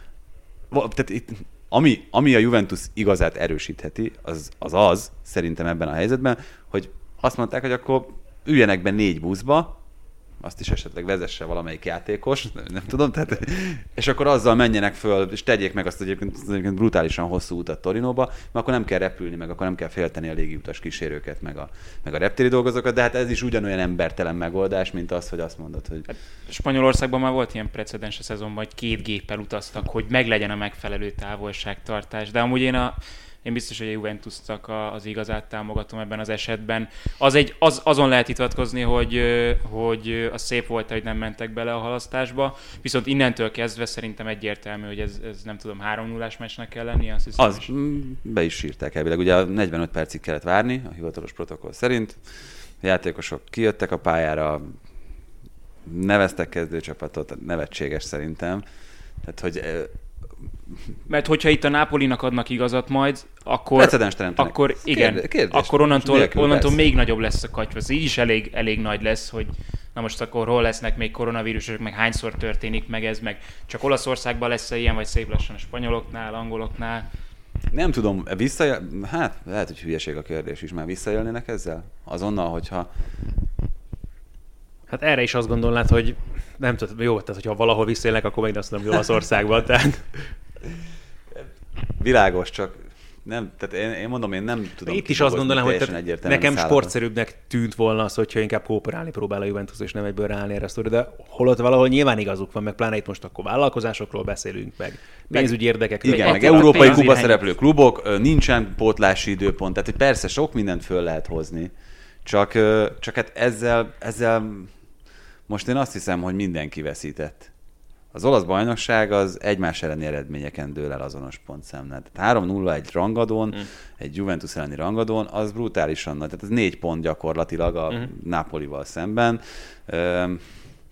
tehát itt, ami, ami a Juventus igazát erősítheti, az, az az, szerintem ebben a helyzetben, hogy azt mondták, hogy akkor üljenek be négy buszba, azt is esetleg vezesse valamelyik játékos, nem tudom, tehát, és akkor azzal menjenek föl, és tegyék meg azt egyébként, egyébként brutálisan hosszú utat Torinóba, mert akkor nem kell repülni, meg akkor nem kell félteni a légiutas kísérőket, meg a, meg a reptéri dolgozókat, de hát ez is ugyanolyan embertelen megoldás, mint az, hogy azt mondod, hogy...
Hát Spanyolországban már volt ilyen precedens a szezonban, hogy két géppel utaztak, hogy meglegyen a megfelelő távolságtartás, de amúgy én a Én biztos, hogy a Juventusnak az igazát támogatom ebben az esetben. Az egy, az, azon lehet hitatkozni, hogy, hogy az szép volt, hogy nem mentek bele a halasztásba, viszont innentől kezdve szerintem egyértelmű, hogy ez, ez nem tudom, három nullás meccsnek kell lenni. Azt hiszem,
az is. Be is sírták elvileg. Ugye negyvenöt percig kellett várni a hivatalos protokoll szerint. A játékosok kijöttek a pályára, neveztek kezdőcsapatot, nevetséges szerintem. Tehát, hogy
mert hogyha itt a Napolinak adnak igazat majd, akkor, akkor igen, Kérdés, kérdés. akkor onnantól, onnantól még nagyobb lesz a katyva. Ez így is elég, elég nagy lesz, hogy na most akkor hol lesznek még koronavírusok, meg hányszor történik meg ez, meg csak Olaszországban lesz ilyen, vagy szép lassan a spanyoloknál, angoloknál.
Nem tudom, visszajel... hát lehet, hogy hülyeség a kérdés is, már visszajelnének ezzel? Azonnal, hogyha...
Hát erre is azt gondolnád, hogy nem tudom, jó, tehát hogyha valahol visszaélnek, akkor meg azt mondom, hogy Olaszországban, tehát...
Világos, csak nem, tehát én, én mondom, én nem tudom.
Itt is azt gondolom, hogy nekem sportszerűbbnek tűnt volna az, hogyha inkább kooperálni próbál a Juventus, és nem egyből ráállni erre a sztori, de holott valahol nyilván igazuk van, meg pláne itt most akkor vállalkozásokról beszélünk, meg pénzügyi érdekekről.
Igen, meg európai kuba szereplő klubok, nincsen pótlási időpont, tehát hogy persze sok mindent föl lehet hozni, csak, csak hát ezzel, ezzel most én azt hiszem, hogy mindenki veszített. Az olasz bajnokság az egymás elleni eredményeken dől el azonos pontszámnál. Tehát három nulla egy rangadón, mm. egy Juventus elleni rangadón, az brutálisan nagy. Tehát ez négy pont gyakorlatilag a mm. Napolival szemben. Üm,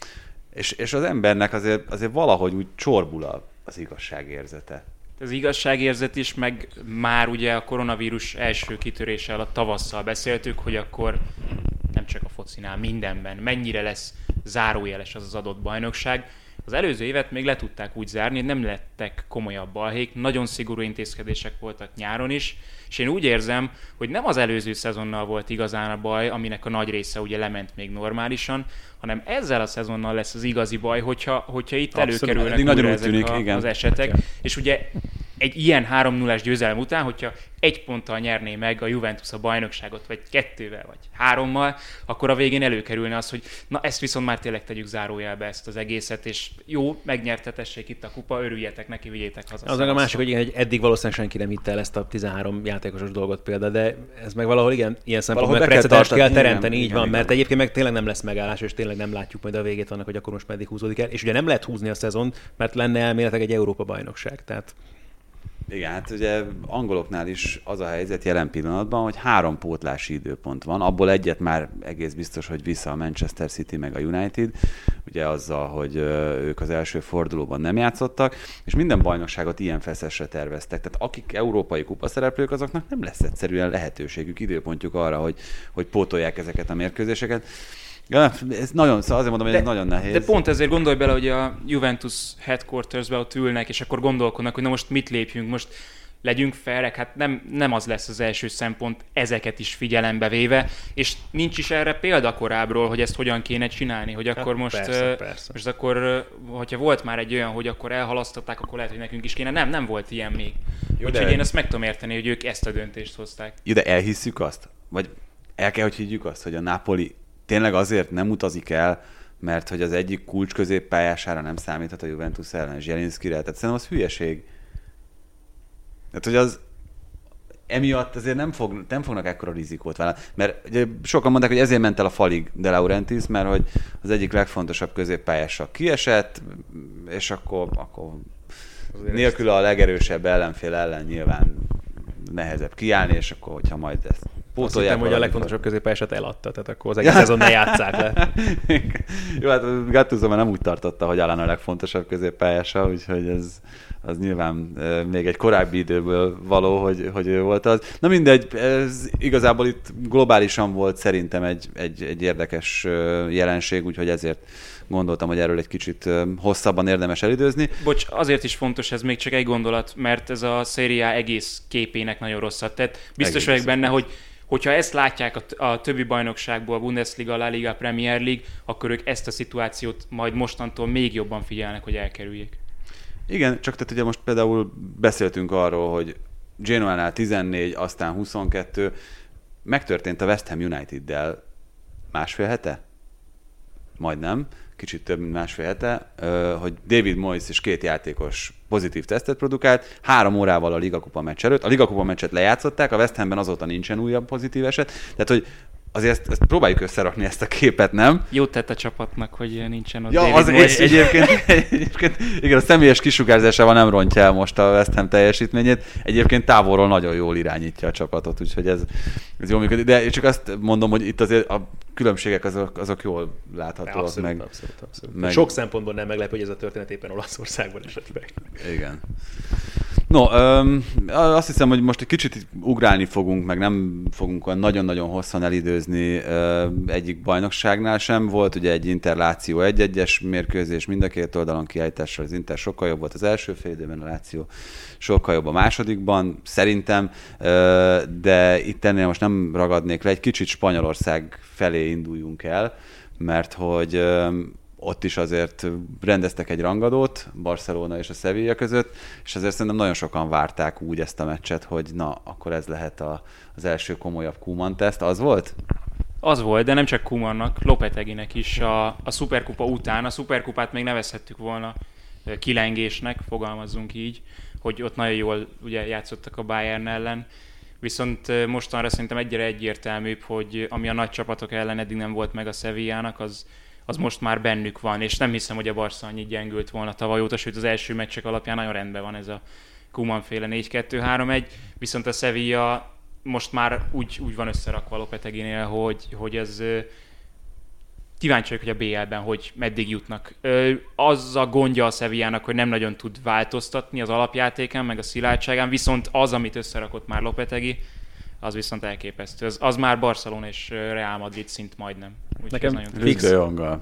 és, és az embernek azért, azért valahogy úgy csorbul az igazságérzete.
Az igazságérzet is, meg már ugye a koronavírus első kitörése alatt tavasszal beszéltük, hogy akkor nem csak a focinál, mindenben mennyire lesz zárójeles az az adott bajnokság. Az előző évet még le tudták úgy zárni, hogy nem lettek komolyabb balhék, nagyon szigorú intézkedések voltak nyáron is, és én úgy érzem, hogy nem az előző szezonnal volt igazán a baj, aminek a nagy része ugye lement még normálisan, hanem ezzel a szezonnal lesz az igazi baj, hogyha, hogyha itt Abszolút. előkerülnek újra ezek tűnik, a, az esetek. Igen. És ugye egy ilyen három nullás győzelem után, hogyha egy ponttal nyerné meg a Juventus a bajnokságot, vagy kettővel, vagy hárommal, akkor a végén előkerülne az, hogy na ezt viszont már tényleg tegyük zárójelbe ezt az egészet, és jó, megnyertetessék itt a kupa, örüljetek neki, vigyétek haza.
Az a másik, hogy, igen, hogy eddig valószínűleg senki nem hitte el ezt a tizenhárom játékosos dolgot például, de ez meg valahol igen, ilyen szempontból precedenst kell teremteni, így van, mert egyébként meg tényleg nem lesz megállás, és tényleg nem látjuk majd a végét annak, hogy akkor most meddig húzódik el. És ugye nem lehet húzni a szezont, mert lenne elméletileg egy Európa-bajnokság. Tehát
igen, hát ugye angoloknál is az a helyzet jelen pillanatban, hogy három pótlási időpont van, abból egyet már egész biztos, hogy vissza a Manchester City meg a United, ugye azzal, hogy ők az első fordulóban nem játszottak, és minden bajnokságot ilyen feszesre terveztek. Tehát akik európai kupaszereplők, azoknak nem lesz egyszerűen lehetőségük, időpontjuk arra, hogy, hogy pótolják ezeket a mérkőzéseket. Ja, ez nagyon, szóval azért mondom, hogy de, ez nagyon nehéz.
De pont ezért gondolj bele, hogy a Juventus headquartersbe ott ülnek, és akkor gondolkodnak, hogy na most mit lépjünk, most legyünk felek, hát nem, nem az lesz az első szempont, ezeket is figyelembe véve, és nincs is erre példa korábbról, hogy ezt hogyan kéne csinálni, hogy akkor hát most, persze, uh, persze. most akkor, hogyha volt már egy olyan, hogy akkor elhalasztották, akkor lehet, hogy nekünk is kéne. Nem, nem volt ilyen még. Úgyhogy de... én ezt meg tudom érteni, hogy ők ezt a döntést hozták.
Jó, de elhisszük azt? Vagy el kell, hogy higgyük azt, hogy a Napoli tényleg azért nem utazik el, mert hogy az egyik kulcs középpályására nem számíthat a Juventus ellen, Zielinskire. Tehát szerintem az hülyeség. Tehát, hogy az emiatt azért nem, fog, nem fognak ekkora rizikót vállalni. Mert ugye sokan mondták, hogy ezért ment el a falig De Laurentiis, mert hogy az egyik legfontosabb középpályása kiesett, és akkor, akkor nélkül a legerősebb ellenfél ellen nyilván nehezebb kiállni, és akkor, hogyha majd ezt
Azt hittem, hogy a legfontosabb középpályásat eladta, tehát akkor az egész szezon ne játsszák le.
Jó, hát Gattuso már nem úgy tartotta, hogy Alan a legfontosabb középpályása, úgyhogy ez az nyilván e, még egy korábbi időből való, hogy, hogy ő volt az. Na mindegy, ez igazából itt globálisan volt szerintem egy, egy, egy érdekes jelenség, úgyhogy ezért gondoltam, hogy erről egy kicsit hosszabban érdemes elidőzni.
Bocs, azért is fontos ez még csak egy gondolat, mert ez a Serie A egész képének nagyon rosszat tett. Biztos vagyok benne, hogy hogyha ezt látják a, a többi bajnokságból, a Bundesliga, La Liga, Premier League, akkor ők ezt a szituációt majd mostantól még jobban figyelnek, hogy elkerüljék.
Igen, csak tehát ugye most például beszéltünk arról, hogy Genoánál tizennégy, aztán huszonkettő. Megtörtént a West Ham United-del másfél hete? Majdnem. Kicsit több, mint másfél hete, hogy David Moyes és két játékos pozitív tesztet produkált, három órával a Ligakupa meccs előtt. A Ligakupa meccset lejátszották, a West Hamben azóta nincsen újabb pozitív eset. Tehát, hogy azért ezt, ezt próbáljuk összerakni ezt a képet, nem?
Jót tett a csapatnak, hogy nincsen ott
ja,
David
az
Moyes.
Egy, egyébként, egyébként, igen, a személyes kisugárzásával nem rontja el most a West Ham teljesítményét. Egyébként távolról nagyon jól irányítja a csapatot, úgyhogy ez, ez jól működik. De csak azt mondom, hogy itt azért a különbségek azok, azok jól láthatóak.
Abszolút,
meg,
abszolút, abszolút. Meg... Sok szempontból nem meglepő, hogy ez a történet éppen Olaszországban esetleg.
Igen. No, öm, azt hiszem, hogy most egy kicsit ugrálni fogunk, meg nem fogunk olyan nagyon-nagyon hosszan elidőzni öm, egyik bajnokságnál sem. Volt ugye egy Inter-Láció egy-egyes mérkőzés, mind a két oldalon kiállítással az Inter sokkal jobb volt az első fél időben, a Láció sokkal jobb a másodikban, szerintem, öm, de itt ennél most nem ragadnék le, egy kicsit Spanyolország felé induljunk el, mert hogy öm, ott is azért rendeztek egy rangadót Barcelona és a Sevilla között, és azért szerintem nagyon sokan várták úgy ezt a meccset, hogy na, akkor ez lehet a, az első komolyabb Koeman-teszt. Az volt?
Az volt, de nem csak Koemannak, Lopeteginek is a, a Szuperkupa után. A Szuperkupát még nevezhettük volna kilengésnek, fogalmazzunk így, hogy ott nagyon jól ugye, játszottak a Bayern ellen. Viszont mostanra szerintem egyre egyértelműbb, hogy ami a nagy csapatok ellen eddig nem volt meg a Sevillának, az az most már bennük van, és nem hiszem, hogy a Barca annyit gyengült volna tavaly óta, sőt az első meccsek alapján nagyon rendben van ez a Koeman-féle négy kettő három egy, viszont a Sevilla most már úgy, úgy van összerakva Lopeteginél, hogy, hogy ez kíváncsi vagyok, hogy a bé el-ben hogy meddig jutnak. Az a gondja a Sevillának, hogy nem nagyon tud változtatni az alapjátékán, meg a szilárdságán, viszont az, amit összerakott már Lopetegi, az viszont elképesztő. Az, az már Barcelona és Real Madrid szint majdnem. Úgy
Nekem
fix de jonggal.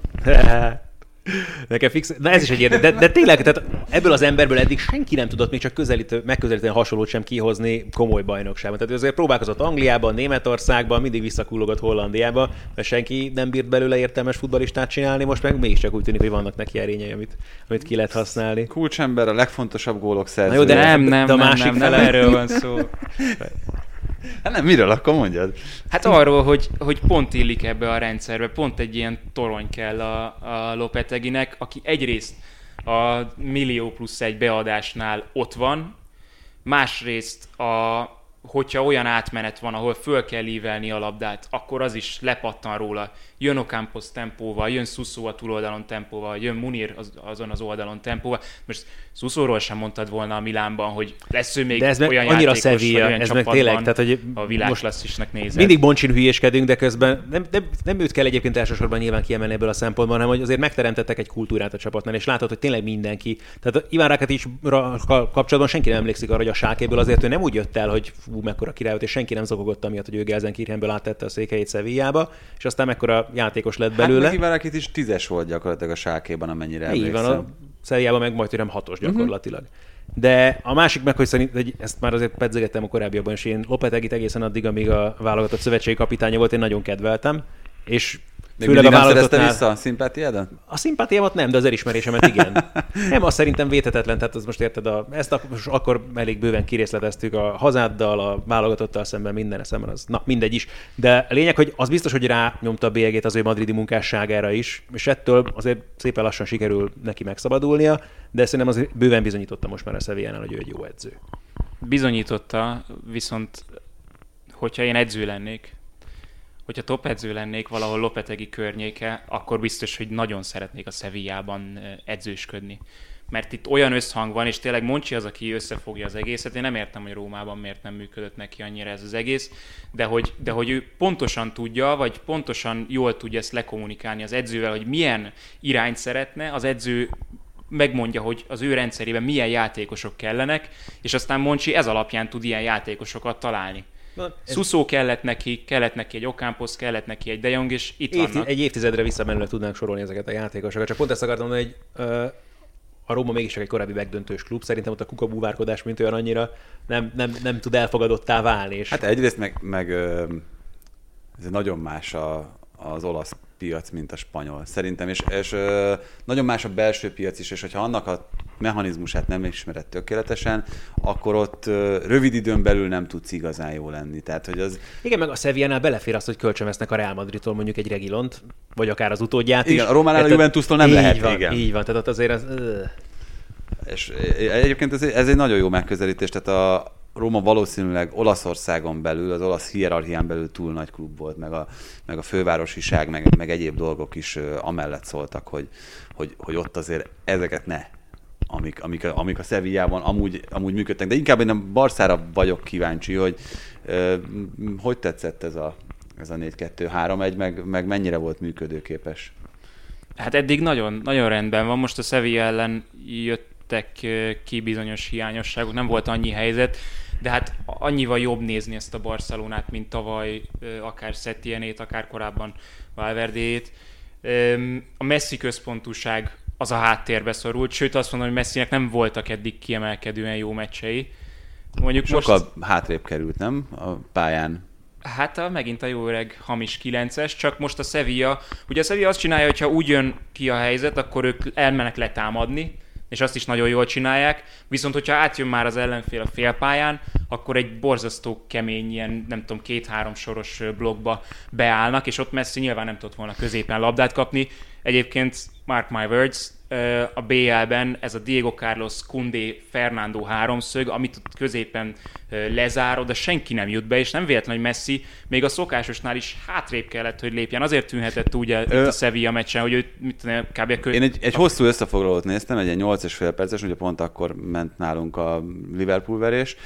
Nekem fix, na ez is egy érdekes, de, de tényleg, tehát ebből az emberből eddig senki nem tudott még csak közelítő, megközelítően hasonlót sem kihozni komoly bajnokságban. Tehát azért próbálkozott Angliában, Németországban, mindig visszakullogott Hollandiába, mert senki nem bírt belőle értelmes futballistát csinálni, most meg mégiscsak úgy tűnik, hogy vannak neki erényei, amit, amit ki lehet használni.
Kulcsember, a legfontosabb gólok szerzője.
Jó, de
nem, nem,
de a
nem,
másik
nem,
fele...
nem erről van szó.
Hát nem, miről, akkor mondjad.
Hát arról, hogy, hogy pont illik ebbe a rendszerbe, pont egy ilyen torony kell a, a Lopeteginek, aki egyrészt a millió plusz egy beadásnál ott van, másrészt a, hogyha olyan átmenet van, ahol föl kell ívelni a labdát, akkor az is lepattan róla. Jön Ocampos tempóval, jön Suso a túloldalon tempóval, jön Munir az, azon az oldalon tempóval. Most Susóról sem mondtad volna a Milánban, hogy lesz ő még
de ez
olyan
annyira
játékos,
Sevilla,
vagy olyan
ez meg tényleg, tehát, hogy
a világklasszisnak nézed.
Mindig Boncsin hülyéskedünk, de közben nem, nem, nem őt kell egyébként elsősorban nyilván kiemelni ebből a szempontból, hanem hogy azért megteremtettek egy kultúrát a csapatnál, és látod, hogy tényleg mindenki. Tehát Iván Rakiticra kapcsolatban senki nem emlékszik arra, hogy a Schalkéből azért ő nem úgy jött el, hogy fú, mekkora királyot, és senki nem zokogott amiatt, hogy ő Gelsenkirchenből áttette a székhelyét Sevillába, és aztán mekkora játékos lett belőle.
Hát Iván Rakitic tízes volt gyakorlatilag a Schalkéban, amennyire emlékszem.
Így van, a Sevillában meg majd, hogy nem hatos gyakorlatilag. Uh-huh. De a másik meg, hogy szerint, hogy ezt már azért pedzegettem a korábbiakban, és én Lopetegit egészen addig, amíg a válogatott szövetségi kapitánya volt, én nagyon kedveltem, és
még főleg a válogatotnál... vissza a szimpátiádat?
A szimpátiámat nem, de az elismerésemet igen. Nem, az szerintem védhetetlen, tehát az most érted, a, ezt a, akkor elég bőven kirészleteztük a hazáddal, a válogatottal szemben, minden szemben, az, na mindegy is. De a lényeg, hogy az biztos, hogy rányomta a bélyegét az ő madridi munkásságára is, és ettől azért szépen lassan sikerül neki megszabadulnia, de szerintem az bőven bizonyította most már a Sevillánál, hogy ő egy jó edző.
Bizonyította, viszont hogyha én edző lennék, hogyha top edző lennék valahol Lopetegi környéke, akkor biztos, hogy nagyon szeretnék a Sevillában edzősködni. Mert itt olyan összhang van, és tényleg Monchi az, aki összefogja az egészet. Én nem értem, hogy Rómában miért nem működött neki annyira ez az egész, de hogy, de hogy ő pontosan tudja, vagy pontosan jól tudja ezt lekommunikálni az edzővel, hogy milyen irányt szeretne, az edző megmondja, hogy az ő rendszerében milyen játékosok kellenek, és aztán Monchi ez alapján tud ilyen játékosokat találni. Ez... Suso kellett neki, kellett neki egy Ocampos, kellett neki egy De Jong, és itt
Évti-
vannak.
Egy évtizedre visszamenőleg tudnánk sorolni ezeket a játékosokat. Csak pont ezt akartam mondani, hogy uh, a Róma mégis egy korábbi megdöntős klub. Szerintem ott a kukabúvárkodás, mint olyan annyira nem, nem, nem tud elfogadottá válni. És...
Hát egyrészt meg, meg ez nagyon más a, az olasz piac, mint a spanyol. Szerintem, és, és nagyon más a belső piac is, és hogyha annak a mechanizmusát nem ismered tökéletesen, akkor ott rövid időn belül nem tudsz igazán jó lenni. Tehát, hogy az...
Igen, meg a Sevillánál belefér azt, hogy kölcsönvesznek a Real Madridtól mondjuk egy Regilont, vagy akár az utódját is.
Igen, a Rómánál a Juventustól nem lehet.
Van,
igen.
Így van, tehát ott azért az...
És egyébként ez, ez egy nagyon jó megközelítés, tehát a Róma valószínűleg Olaszországon belül, az olasz hierarchián belül túl nagy klub volt, meg a, meg a fővárosiság, meg, meg egyéb dolgok is amellett szóltak, hogy, hogy, hogy ott azért ezeket ne, amik, amik, a, amik a Sevillában amúgy, amúgy működtek. De inkább én a Barszára vagyok kíváncsi, hogy uh, hogy tetszett ez a, ez a négy kettő három egy, meg, meg mennyire volt működőképes?
Hát eddig nagyon, nagyon rendben van. Most a Sevilla ellen jöttek ki bizonyos hiányosságok, nem volt annyi helyzet, de hát annyival jobb nézni ezt a Barcelonát, mint tavaly, akár Setienét, akár korábban Valverdét. A Messi központúság az a háttérbe szorult, sőt azt mondom, hogy Messinek nem voltak eddig kiemelkedően jó meccsei. Mondjuk
sokkal
most...
hátrébb került, nem? A pályán.
Hát a, megint a jó öreg hamis kilences, csak most a Sevilla, ugye a Sevilla azt csinálja, hogyha úgy jön ki a helyzet, akkor ők elmennek letámadni, és azt is nagyon jól csinálják, viszont hogyha átjön már az ellenfél a félpályán, akkor egy borzasztó kemény, ilyen nem tudom, két-három soros blokkba beállnak, és ott Messi nyilván nem tudott volna középen labdát kapni. Egyébként mark my words, a bé el-ben ez a Diego Carlos, Koundé, Fernando háromszög, amit ott középen lezárod, de senki nem jut be, és nem véletlen, hogy Messi még a szokásosnál is hátrébb kellett, hogy lépjen. Azért tűnhetett úgy Ö... itt a Sevilla meccsen, hogy ő mit tudom, kb. Kö...
Én egy, egy hosszú összefoglalót néztem, egy nyolc és fél perces, ugye pont akkor ment nálunk a Liverpool verés,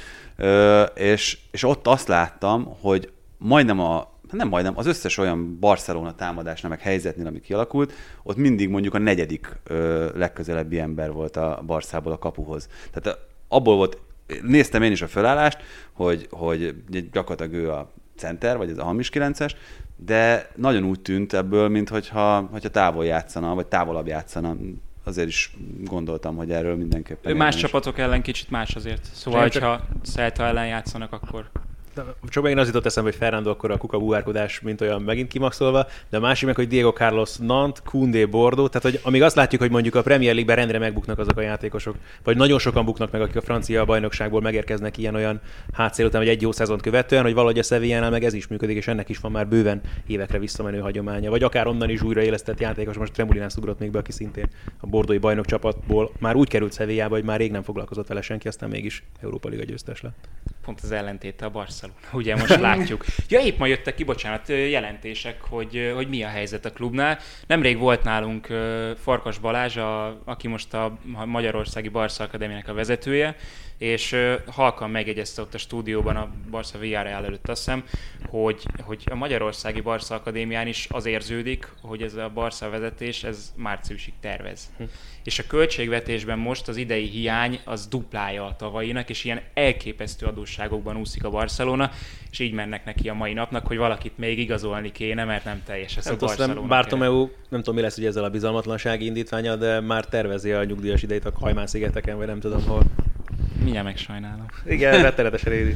és, és ott azt láttam, hogy majdnem a nem majdnem, az összes olyan Barcelona támadásnál, meg helyzetnél, ami kialakult, ott mindig mondjuk a negyedik ö, legközelebbi ember volt a Barszából a kapuhoz. Tehát abból volt, néztem én is a felállást, hogy, hogy gyakorlatilag ő a center, vagy ez a hamis kilences, de nagyon úgy tűnt ebből, mintha hogyha távol játszana, vagy távolabb játszana. Azért is gondoltam, hogy erről mindenképpen...
Ő más csapatok ellen kicsit más azért. Szóval, hogyha Celta ellen játszanak, akkor...
Csak megint az jutott eszembe, hogy Fernando akkor a kukabúvárkodás, mint olyan megint kimaxolva, de a másik meg, hogy Diego Carlos Nantes, Koundé Bordeaux, tehát hogy amíg azt látjuk, hogy mondjuk a Premier League-ben rendre megbuknak azok a játékosok, vagy nagyon sokan buknak meg, akik a francia bajnokságból megérkeznek ilyen-olyan hátszél után, vagy egy jó szezont követően, hogy valahogy a Sevillánál meg ez is működik, és ennek is van már bőven évekre visszamenő hagyománya. Vagy akár onnan is újraélesztett játékos, most Tremolinász ugrott még be, aki szintén a bordói bajnokcsapatból már úgy került Sevillába, hogy már rég nem foglalkozott vele senki, aztán mégis Európa Liga győztes lett.
Pont az ellentéte a Barcelona. Ugye most látjuk. Ja, épp ma jöttek ki, bocsánat, jelentések, hogy, hogy mi a helyzet a klubnál. Nemrég volt nálunk Farkas Balázs, a, aki most a Magyarországi Barca Akadémiának a vezetője, és halkan megjegyezte ott a stúdióban a Barca Villarreal előtt, azt hiszem, hogy, hogy a Magyarországi Barca Akadémián is az érződik, hogy ez a Barca vezetés, ez márciusig tervez. Hm. És a költségvetésben most az idei hiány az duplája a tavalyinak, és ilyen elképesztő adósságokban úszik a Barcelona, és így mennek neki a mai napnak, hogy valakit még igazolni kéne, mert nem teljes ez nem a Barcelona.
Bartomeu, nem tudom, mi lesz ugye ezzel a bizalmatlansági indítványa, de már tervezi a nyugdíjas idejét a Kajmán-szigeteken, vagy nem tudom hol.
Mindjárt megsajnálom.
Igen, rettenetesen éri.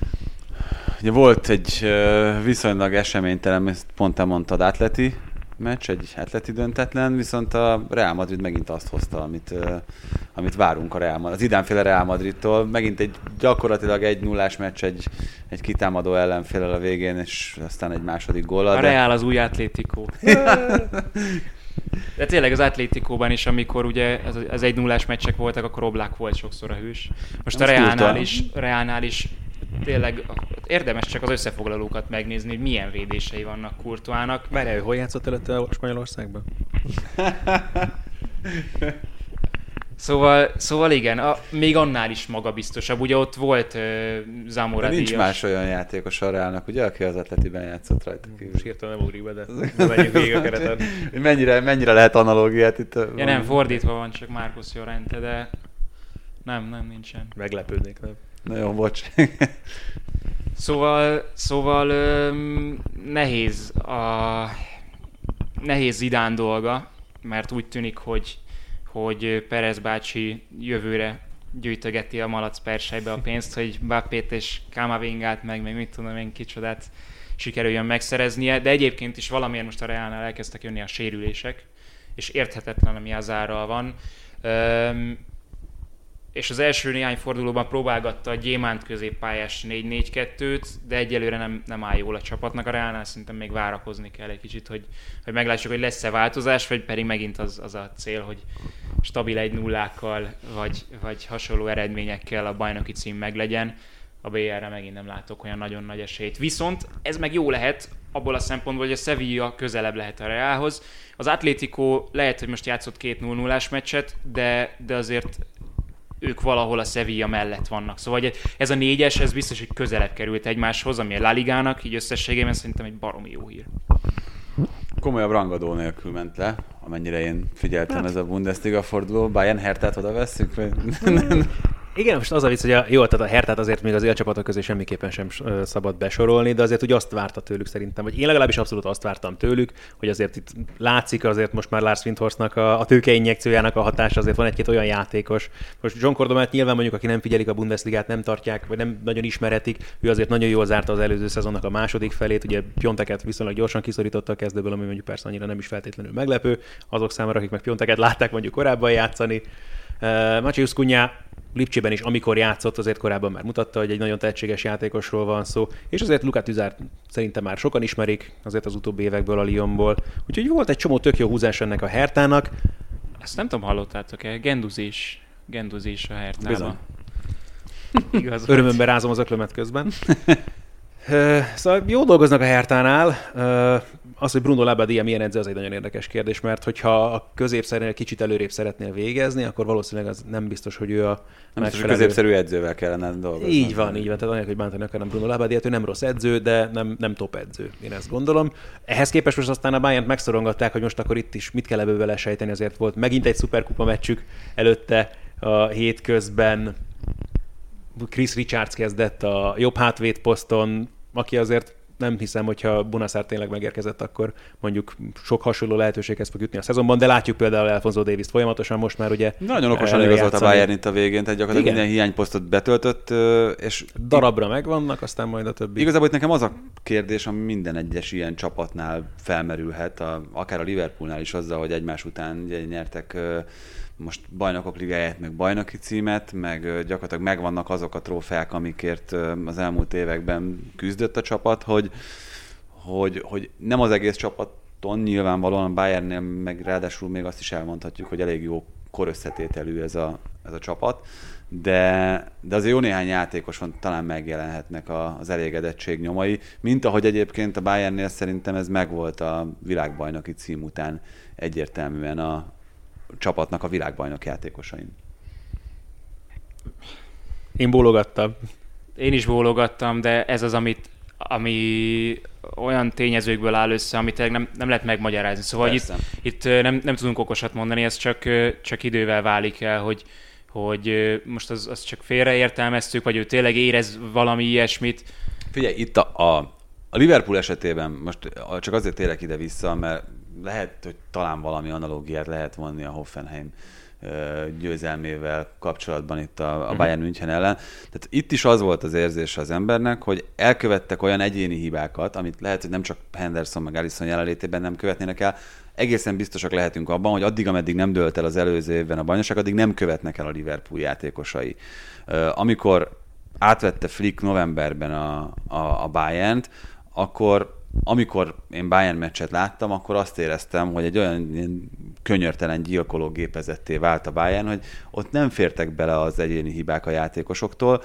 Ugye volt egy viszonylag eseménytelen, ezt pont elmondtad, atleti meccs, egy atleti döntetlen, viszont a Real Madrid megint azt hozta, amit, amit várunk a Real Madrid, az idánféle Real Madridtól. Megint egy gyakorlatilag egy nullás meccs, egy, egy kitámadó ellenféllel a végén, és aztán egy második góllal.
A Real de... az új Atlético. De tényleg az Atlétikóban is, amikor ugye ez, ez egy nullás meccsek voltak, akkor Oblak volt sokszor a hős. Most a Reálnál is, Reálnál is tényleg érdemes csak az összefoglalókat megnézni, hogy milyen védései vannak Courtoisnak.
Várjál, hogy hol játszott előtte a Spanyolországban?
Szóval, szóval igen, a, még annál is magabiztosabb. Ugye ott volt uh, Zamora
Nincs
díjas.
más olyan játékos a Reálnak, ugye, aki az Atletiben játszott rajta kívül.
Most hirtelen nem ugrik be, de nem menjünk végig a kereten.
mennyire, mennyire lehet analógiát itt?
Ja, nem, fordítva van csak Marcos Llorente, de nem, nem, nincsen.
Meglepődnék, nem?
Na jó, bocs.
Szóval, szóval öm, nehéz a nehéz Zidane dolga, mert úgy tűnik, hogy hogy Perez bácsi jövőre gyűjtögeti a malac persejbe a pénzt, hogy Mbappét és Kamavingát, meg még mit tudom én kicsodát sikerüljön megszereznie, de egyébként is valamiért most a Reálnál elkezdtek jönni a sérülések, és érthetetlen, ami az árral van. Üm, és az első néhány fordulóban próbálgatta a gyémánt középpályás négy négy kettőt, de egyelőre nem, nem áll jól a csapatnak. A Reálnál szerintem még várakozni kell egy kicsit, hogy, hogy meglássuk, hogy lesz-e változás, vagy pedig megint az, az a cél, hogy stabil egy nullákkal, vagy, vagy hasonló eredményekkel a bajnoki cím meglegyen. A bé el-re megint nem látok olyan nagyon nagy esélyt. Viszont ez meg jó lehet abból a szempontból, hogy a Sevilla közelebb lehet a Reálhoz. Az Atlético lehet, hogy most játszott két nulla nullás meccset, de, de azért ők valahol a Sevilla mellett vannak. Szóval ez a négyes, ez biztos, hogy közelebb került egymáshoz, ami a La Ligának, így összességében szerintem egy baromi jó hír.
Komolyabb rangadó nélkül ment le, amennyire én figyeltem hát. Ez a Bundesliga forduló. Bayern Hertát oda vesszük?
Igen, most az a vicc, hogy a, jó, tehát a Hertát azért még az élcsapatok közé semmiképpen sem szabad besorolni, de azért úgy azt várta tőlük szerintem, vagy én legalábbis abszolút azt vártam tőlük, hogy azért itt látszik azért most már Lars Windhorstnak a, a tőkeinjekciójának a hatása, azért van egy-két olyan játékos. Most John Cordomát nyilván mondjuk, aki nem figyelik a Bundesligát, nem tartják, vagy nem nagyon ismerhetik, ő azért nagyon jól zárta az előző szezonnak a második felét, ugye Pionteket viszonylag gyorsan kiszorította a kezdőből, ami mondjuk persze annyira nem is feltétlenül meglepő, azok számára, akik meg Pionteket látták mondjuk korábban játszani. Maciej Cunha Lipcsében is, amikor játszott, azért korábban már mutatta, hogy egy nagyon tehetséges játékosról van szó, és azért Luka Tüzárt szerintem már sokan ismerik, azért az utóbbi évekből a Lyonból. Úgyhogy volt egy csomó tök jó húzás ennek a Hertának.
Ezt nem tudom, hallottátok-e? Genduzis. Genduzis a Hertában.
Igaz. Örömömben rázom az öklömet közben. Szóval jó dolgoznak a Hertánál. Az, hogy Bruno Labbadia milyen edző, az egy nagyon érdekes kérdés, mert hogyha a középszernél kicsit előrébb szeretnél végezni, akkor valószínűleg az nem biztos, hogy ő a
nem megfelelő... középszerű edzővel kellene dolgozni.
Így van, így van. Tehát annak, hogy bántani akarom Bruno Labbadiát, ő nem rossz edző, de nem, nem top edző, én ezt gondolom. Ehhez képest most aztán a Bayernt megszorongatták, hogy most akkor itt is mit kell ebből belesejteni, azért volt megint egy szuperkupa meccsük előtte a hét közben. Chris Richards kezdett a jobb hátvéd poszton, aki azért nem hiszem, hogyha Bunassar tényleg megérkezett, akkor mondjuk sok hasonló lehetőséghez fog jutni a szezonban, de látjuk például Alphonso Davies-t folyamatosan most már ugye...
Nagyon okosan igazolt a Bayern itt a végén, tehát gyakorlatilag minden hiányposztot betöltött, és...
Darabra megvannak, aztán majd a többi.
Igazából itt nekem az a kérdés, ami minden egyes ilyen csapatnál felmerülhet, a, akár a Liverpoolnál is azzal, hogy egymás után ugye, nyertek most bajnokok ligáját, meg bajnoki címet, meg gyakorlatilag megvannak azok a trófeák, amikért az elmúlt években küzdött a csapat, hogy, hogy, hogy nem az egész csapaton, nyilvánvalóan a Bayernnél, meg ráadásul még azt is elmondhatjuk, hogy elég jó korösszetételű ez a, ez a csapat, de, de azért jó néhány játékos van, talán megjelenhetnek az elégedettség nyomai, mint ahogy egyébként a Bayernnél szerintem ez megvolt a világbajnoki cím után egyértelműen a csapatnak a világbajnok játékosain.
Én bólogattam.
Én is bólogattam, de ez az, amit, ami olyan tényezőkből áll össze, amit nem, nem lehet megmagyarázni. Szóval itt, itt nem, nem tudunk okosat mondani, ez csak, csak idővel válik el, hogy, hogy most az, az csak félreértelmeztük, vagy ő tényleg érez valami ilyesmit.
Figyelj, itt a, a, a Liverpool esetében most csak azért térek ide vissza, mert lehet, hogy talán valami analógiát lehet vonni a Hoffenheim győzelmével kapcsolatban itt a, a Bayern München ellen. Tehát itt is az volt az érzése az embernek, hogy elkövettek olyan egyéni hibákat, amit lehet, hogy nem csak Henderson meg Alisson jelenlétében nem követnének el. Egészen biztosak lehetünk abban, hogy addig, ameddig nem dőlt el az előző évben a bajnokság, addig nem követnek el a Liverpool játékosai. Amikor átvette Flick novemberben a, a, a Bayernt, akkor amikor én Bayern meccset láttam, akkor azt éreztem, hogy egy olyan ilyen könyörtelen gyilkoló gépezetté vált a Bayern, hogy ott nem fértek bele az egyéni hibák a játékosoktól.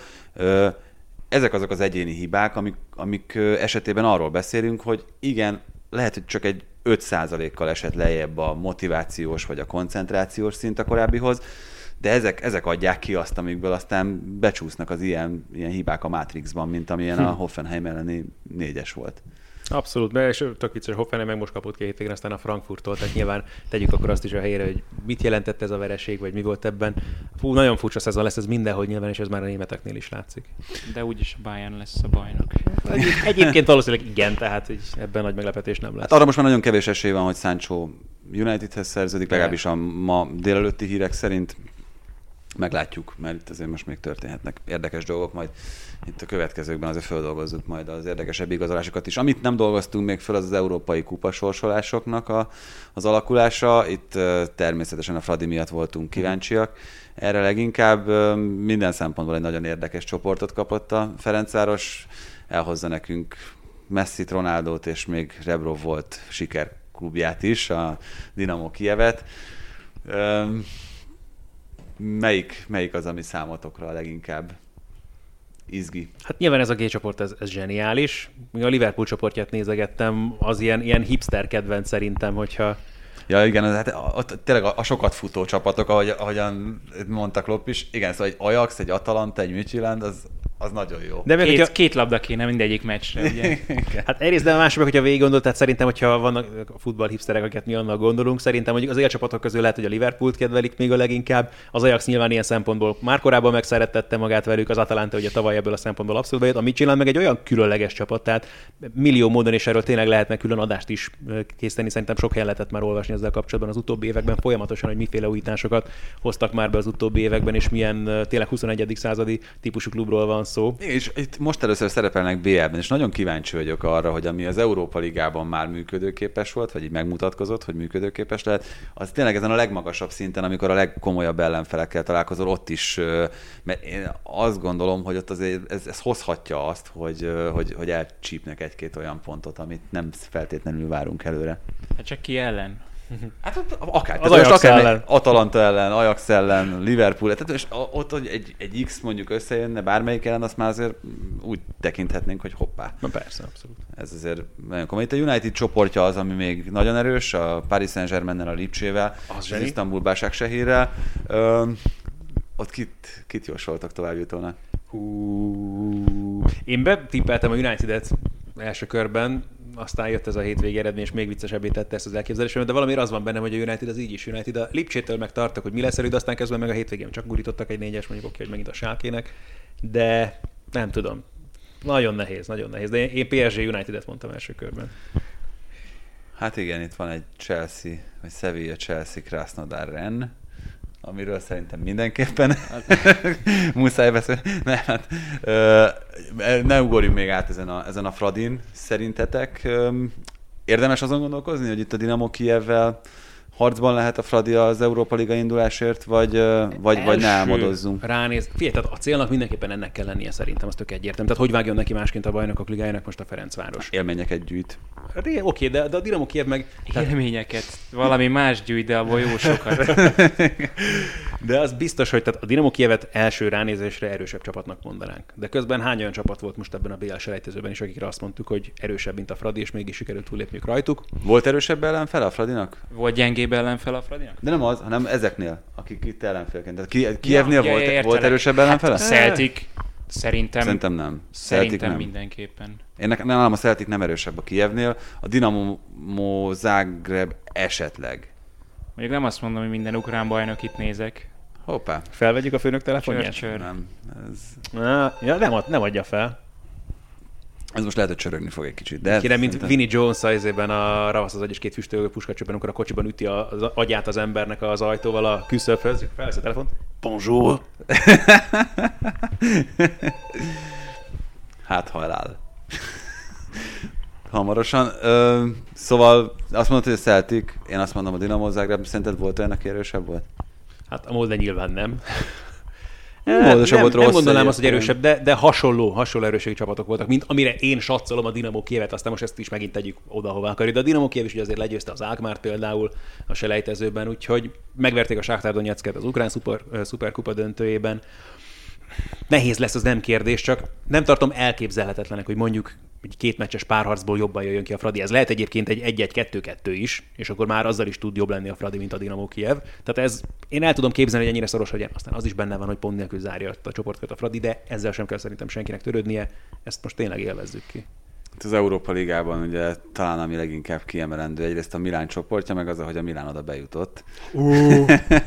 Ezek azok az egyéni hibák, amik, amik esetében arról beszélünk, hogy igen, lehet, hogy csak egy öt százalékkal esett lejjebb a motivációs vagy a koncentrációs szint a korábbihoz, de ezek, ezek adják ki azt, amikből aztán becsúsznak az ilyen, ilyen hibák a Matrixban, mint amilyen a Hoffenheim elleni négyes volt.
Abszolút, és tök vicces, Hoffenheim meg most kapott ki hétvégén, aztán a Frankfurttól, tehát nyilván tegyük akkor azt is a helyére, hogy mit jelentett ez a vereség, vagy mi volt ebben. Fú, nagyon furcsa szezon lesz ez mindenhogy nyilván, és ez már a németeknél is látszik.
De úgyis a Bayern lesz a bajnok.
Egyébként valószínűleg igen, tehát hogy ebben nagy meglepetés nem lesz.
Hát arra most már nagyon kevés esély van, hogy Sancho Unitedhez szerződik, legalábbis a ma délelőtti hírek szerint. Meglátjuk, mert itt azért most még történhetnek érdekes dolgok, majd itt a következőkben azért földolgozzuk majd az érdekesebb igazolásokat is. Amit nem dolgoztunk még föl, az az európai kupasorsolásoknak a, az alakulása. Itt természetesen a Fradi miatt voltunk kíváncsiak. Erre leginkább minden szempontból egy nagyon érdekes csoportot kapott a Ferencváros. Elhozza nekünk Messit, Ronaldót és még Rebrov volt sikerklubját is, a Dinamo Kijevet. Melyik, melyik az, ami számotokra a leginkább izgi?
Hát nyilván ez a G csoport, ez, ez zseniális. Míg a Liverpool csoportját nézegettem, az ilyen, ilyen hipster kedvenc szerintem, hogyha...
Ja igen, hát ott tényleg a, a sokat futó csapatok, ahogy, ahogyan mondta Klopp is. Igen, szóval egy Ajax, egy Atalanta, egy Midtjylland, az, az nagyon jó.
De két, hogyha... két labda kéne mindegyik meccsre, ugye?
Hát egyrészt, de a másik, hogyha végig gondolod, tehát szerintem, hogyha vannak futballhipsterek, akiket mi annak gondolunk, szerintem hogy az élcsapatok közül lehet, hogy a Liverpoolt kedvelik még a leginkább. Az Ajax nyilván ilyen szempontból már korábban megszerettette magát velük, az Atalanta ugye tavaly ebből a szempontból abszolút bejött. A Midtjylland meg egy olyan különleges csapat, tehát millió módon, és erről tényleg lehetne külön adást is készíteni. Szerintem sok helyen lehetett már olvasni ezzel kapcsolatban az utóbbi években folyamatosan, hogy miféle újításokat hoztak már be az utóbbi években, és milyen tényleg huszonegyedik századi típusú klubról van szó.
És itt most először szerepelnek bé el-ben, és nagyon kíváncsi vagyok arra, hogy ami az Európa Ligában már működőképes volt, vagy így megmutatkozott, hogy működőképes lehet, az tényleg ezen a legmagasabb szinten, amikor a legkomolyabb ellenfelekkel találkozol, ott is, mert én azt gondolom, hogy ott azért ez, ez hozhatja azt, hogy, hogy, hogy elcsípnek egy-két olyan pontot, amit nem feltétlenül várunk előre.
Hát csak ki ellen?
Hát akár,
az Ajax
akár
ellen.
Atalanta ellen, Ajax ellen, Liverpool, tehát és ott, hogy egy, egy X mondjuk összejönne bármelyik ellen, azt már azért úgy tekinthetnénk, hogy hoppá.
Na persze, abszolút.
Ez azért nagyon komoly. Itt a United csoportja az, ami még nagyon erős, a Paris Saint-Germain-nel, a Lipcsével, az, az Isztambul Básák-Sehirrel. Ott kit, kit jósoltak továbbjutónak?
Hú. Én betippeltem a United-et első körben, aztán jött ez a hétvégi eredmény, és még viccesebbé tette ezt az elképzelésemet, de valamiért az van bennem, hogy a United az így is United. A Lipcsétől meg tartok, hogy mi lesz elő, de aztán közben meg a hétvégén csak gurítottak egy négyes, mondjuk oké, hogy megint a Schalkének, de nem tudom. Nagyon nehéz, nagyon nehéz. De én pé es gé United-et mondtam első körben.
Hát igen, itt van egy Chelsea, vagy Sevilla Chelsea Krasnodar Rennes, amiről szerintem mindenképpen muszáj beszélni. Ne, hát, ö, ne ugorjunk még át ezen a, ezen a Fradin, szerintetek. Ö, érdemes azon gondolkozni, hogy itt a Dinamo Kijevvel harcban lehet a Fradi az Európa Liga indulásért, vagy, vagy, vagy ne álmodozzunk?
Ránéz. Figyelj, tehát a célnak mindenképpen ennek kell lennie szerintem, az tök egyértelmű. Tehát hogy vágjon neki másként a Bajnokok Ligájának most a Ferencváros?
Élményeket gyűjt.
Hát igen, oké, de, de a Dinamo Kijev meg...
Élményeket. Valami más gyűjt, de abból jó sokat.
De az biztos, hogy tehát a Dinamo Kijevet első ránézésre erősebb csapatnak mondanánk. De közben hány olyan csapat volt most ebben a bé el selejtezőben is, akikre azt mondtuk, hogy erősebb, mint a Fradi, és mégis sikerült túllépniük rajtuk.
Volt erősebb ellenfele a Fradinak?
Volt gyengébb ellenfele a Fradinak?
De nem az, hanem ezeknél, akik itt ellenfélként. Tehát Kijevnél
ja,
volt,
ja,
volt erősebb ellenfele?
Hát a Celtic szerintem,
Szerintem nem.
Szerintem
nem.
mindenképpen.
Én nekem nem, a Celtic nem erősebb a Kijevnél, a Dinamo Zagreb esetleg.
Mondjuk nem azt mondom, hogy minden ukrán bajnok itt nézek.
Hoppá.
Felvegyük a főnök telefonját?
Csör, csör.
Nem, ez...
Na, ja, nem, ad, nem adja fel.
Ez most lehet, hogy csörögni fog egy kicsit. De
Kérem, mint szerintem... Vinnie Jones a izében a Ravasz az agy és két füstölgő puskacsőben, amikor a kocsiban üti az agyát az embernek az ajtóval a küszöbhöz. Felvesz a telefont. Bonjour!
Hát, ha eláll. Hamarosan. Ö, szóval azt mondod, hogy a Celtic, én azt mondom, a Dinamo Zagreb, szerinted volt olyan, aki erősebb volt?
Hát a Molde nyilván nem.
Nem,
nem, nem gondolnám azt, hogy erősebb, de, de hasonló, hasonló erősségi csapatok voltak, mint amire én satszolom a Dinamo Kijevet, aztán most ezt is megint tegyük oda, hová akarjuk. De a Dinamo Kijev is ugye azért legyőzte az Alkmaart például a selejtezőben, úgyhogy megverték a Shakhtar Donetsket az ukrán szuper, szuperkupa döntőjében. Nehéz lesz, az nem kérdés, csak nem tartom elképzelhetetlenek, hogy mondjuk egy két meccses párharcból jobban jöjjön ki a Fradi. Ez lehet egyébként egy egy-egy-kettő-kettő is, és akkor már azzal is tud jobb lenni a Fradi, mint a Dinamo Kijev. Tehát ez, én el tudom képzelni, hogy ennyire szoros legyen. Aztán az is benne van, hogy pont nélkül zárja a csoportkört a Fradi, de ezzel sem kell szerintem senkinek törődnie. Ezt most tényleg élvezzük ki.
Az Európa Ligában ugye talán ami leginkább kiemelendő egyrészt a Milán csoportja, meg az, hogy a Milán oda bejutott.
Uh.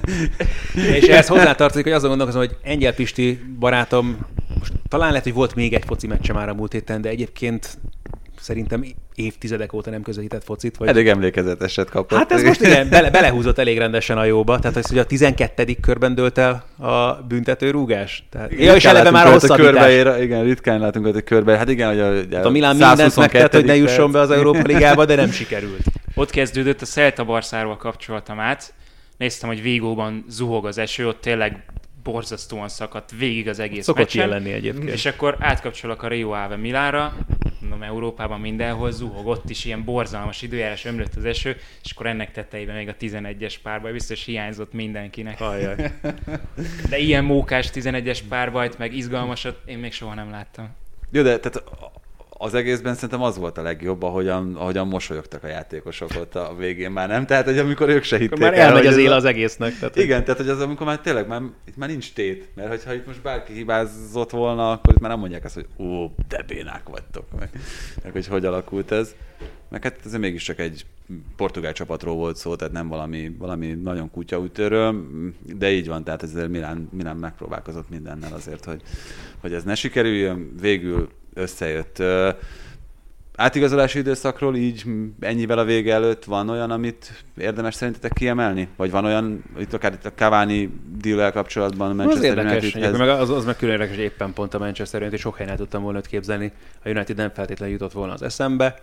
És ehhez hozzátartozik, hogy azon gondolkozom, hogy Engyel Pisti barátom, most talán lehet, hogy volt még egy foci meccse már a múlt héten, de egyébként szerintem évtizedek óta nem közvetített focit. Vagy...
Elég emlékezeteset kapott.
Hát ez most igen, bele, belehúzott elég rendesen a jóba. Tehát az, hogy a tizenkettedik körben dőlt el a büntetőrúgás. Tehát... Ja, és eleve már a hosszabbítás.
Igen, ritkán látunk hogy körbe. Hát igen, hogy a, ugye,
a Milán mindent megtett, hogy ne jusson be az Európa Ligába, de nem sikerült.
Ott kezdődött a Celta Barszáról kapcsolatom át. Néztem, hogy Vigóban zuhog az eső, ott tényleg borzasztóan szakadt végig az egész
Szokott
meccsen.
Szokott ilyen lenni egyébként.
És akkor átkapcsolok a Rio Ave Milánra, mondom, Európában mindenhol zuhog, ott is ilyen borzalmas időjárás, ömlött az eső, és akkor ennek tetejében még a tizenegyes párbaj biztos hiányzott mindenkinek.
Ajaj.
De ilyen mókás tizenegyes párbajt, meg izgalmasat én még soha nem láttam.
Jó, de tehát az egészben szerintem az volt a legjobb, ahogyan, ahogyan mosolyogtak a játékosok ott a végén már, nem? Tehát, hogy amikor ők se hitték
már
el,
elmegy
hogy
az él
a...
az egésznek. Tehát,
igen, tehát hogy az, amikor már tényleg már, itt már nincs tét, mert hogyha itt most bárki hibázott volna, akkor itt már nem mondják azt, hogy ó, de bénák vagytok, meg, meg hogy hogy alakult ez. Meg hát ez mégiscsak egy portugál csapatról volt szó, tehát nem valami, valami nagyon kutyaütőről, de így van, tehát ezzel Milán, Milán megpróbálkozott mindennel azért, hogy, hogy ez ne sikerüljön, végül összejött. átigazolási időszakról így ennyivel a vége előtt van olyan, amit érdemes szerintetek kiemelni? Vagy van olyan, itt akár itt a Cavani deal-el kapcsolatban a Manchester Unitedhez?
Meg az, az meg külön érdekes, hogy éppen pont a Manchester United, sok helyen el tudtam volna őt képzelni. A United nem feltétlenül jutott volna az eszembe.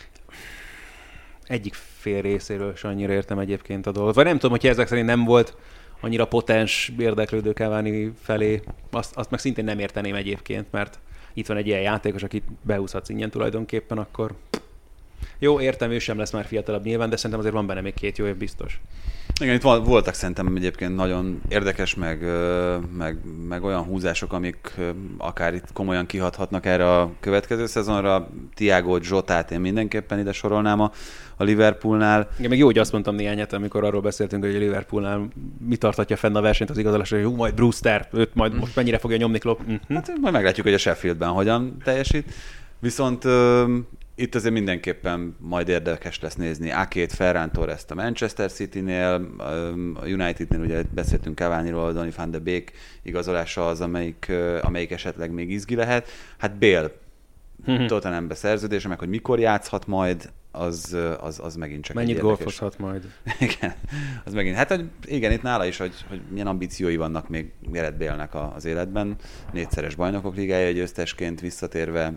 Egyik fél részéről is annyira értem egyébként a dolgot. Vagy nem tudom, hogyha ezek szerint nem volt annyira potens érdeklődő Cavani felé, azt, azt meg szintén nem érteném egyébként, mert itt van egy ilyen játékos, akit beúszhatsz ingyen tulajdonképpen, akkor jó, értem, ő sem lesz már fiatalabb nyilván, de szerintem azért van benne még két jó év biztos.
Igen, itt voltak szerintem egyébként nagyon érdekes, meg, meg, meg olyan húzások, amik akár itt komolyan kihathatnak erre a következő szezonra. Thiago Jotát én mindenképpen ide sorolnám a, a Liverpoolnál.
Igen, még jó, hogy azt mondtam néhányat, amikor arról beszéltünk, hogy a Liverpoolnál mi tartatja fenn a versenyt az igazolásra, hogy jó, majd Brewster, őt majd most mennyire fogja nyomni Klopp. Uh-huh.
Hát majd meglátjuk, hogy a Sheffieldben hogyan teljesít. Viszont itt azért mindenképpen majd érdekes lesz nézni Akét, Ferran Torrest a Manchester Citynél, a Unitednél ugye beszéltünk Cavaniról, Donny van de Beek igazolása az, amelyik, amelyik esetleg még izgi lehet. Hát Bale Tottenhambe szerződése, meg hogy mikor játszhat majd, az, az, az megint csak
mennyit golfozhat majd.
Igen, az megint. Hát hogy igen, itt nála is, hogy, hogy milyen ambíciói vannak még Gareth Bale-nek az életben. Négyszeres bajnokok ligája győztesként visszatérve.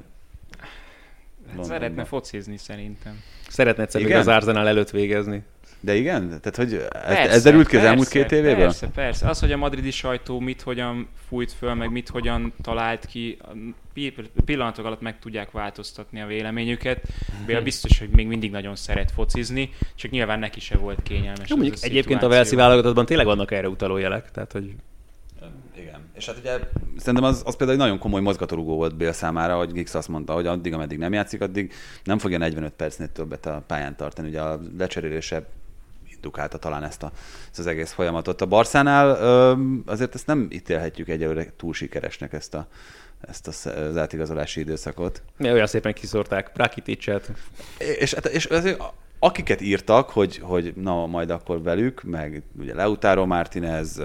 Hát szeretne focizni szerintem.
Szeretne egyszer még az Arsenal előtt végezni.
De igen? Tehát, hogy persze, ez derült ki az elmúlt két évében?
Persze, persze. Az, hogy a madridi sajtó mit hogyan fújt föl, meg mit hogyan talált ki, pillanatok alatt meg tudják változtatni a véleményüket. Bale biztos, hogy még mindig nagyon szeret focizni, csak nyilván neki se volt kényelmes.
Jó, mondjuk egyébként a Velszi válogatottban tényleg vannak erre utaló jelek, tehát hogy...
Igen. És hát ugye szerintem az, az például egy nagyon komoly mozgatórugó volt Bale számára, hogy Giggs azt mondta, hogy addig, ameddig nem játszik, addig nem fogja negyvenöt percnél többet a pályán tartani. Ugye a lecserélése indukálta talán ezt, a, ezt az egész folyamatot. A Barszánál azért ezt nem ítélhetjük egyelőre túl sikeresnek ezt, a, ezt az átigazolási időszakot.
Ja, olyan szépen kiszórták Rakiticet.
És, és azért akiket írtak, hogy, hogy na, majd akkor velük, meg ugye Lautaro Martinez,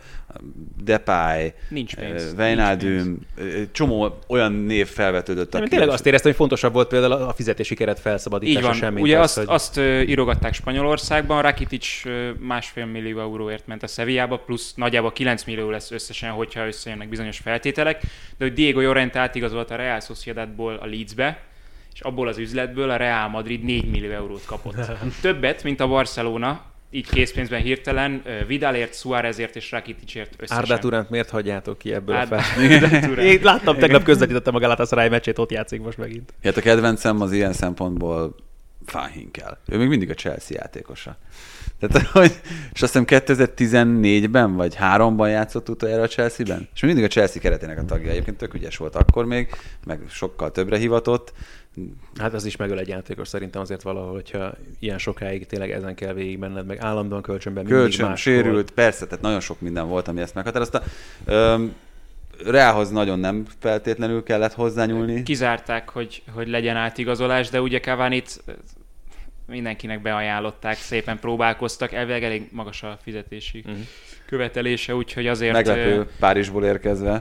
Depay, Wijnaldum, csomó olyan név felvetődött.
Aki tényleg azt éreztem, hogy fontosabb volt például a fizetési keret felszabadítása.
Így van. Ugye azt, hogy... azt írogatták Spanyolországban, Rakitic másfél millió euróért ment a Sevillába, plusz nagyjából kilenc millió lesz összesen, hogyha összejönnek bizonyos feltételek, de hogy Diego Llorente átigazolt a Real Sociedadból a Leedsbe, és abból az üzletből a Real Madrid négy millió eurót kapott. Többet, mint a Barcelona, így készpénzben hirtelen, Vidalért, Suárezért és Rakiticért összesen.
Arda Turánt miért hagyjátok ki ebből Árda... a fel? Én láttam, tegnap közvetítettem a Galatasaray meccsét, ott játszik most megint.
Hát a kedvencem az ilyen szempontból Van Hinkel. Ő még mindig a Chelsea játékosa. Tehát, hogy, és azt hiszem kétezer-tizennégyben vagy háromban játszott utoljára a Chelsea-ben, és még mindig a Chelsea keretének a tagja. Egyébként tök ügyes volt akkor még, meg sokkal többre hivatott.
Hát az is megöl egy játékos szerintem azért valahol, hogyha ilyen sokáig tényleg ezen kell végig menned, meg állandóan kölcsönben mindig
Kölcsön,
máshol.
sérült, persze, tehát nagyon sok minden volt, ami ezt meghatározta. Öm, Reálhoz nagyon nem feltétlenül kellett hozzányúlni.
Kizárták, hogy, hogy legyen átigazolás, de ugye Cavanit mindenkinek beajánlották, szépen próbálkoztak, elvileg elég magas a fizetési uh-huh. követelése, úgyhogy azért...
Meglepő, uh... Párizsból érkezve.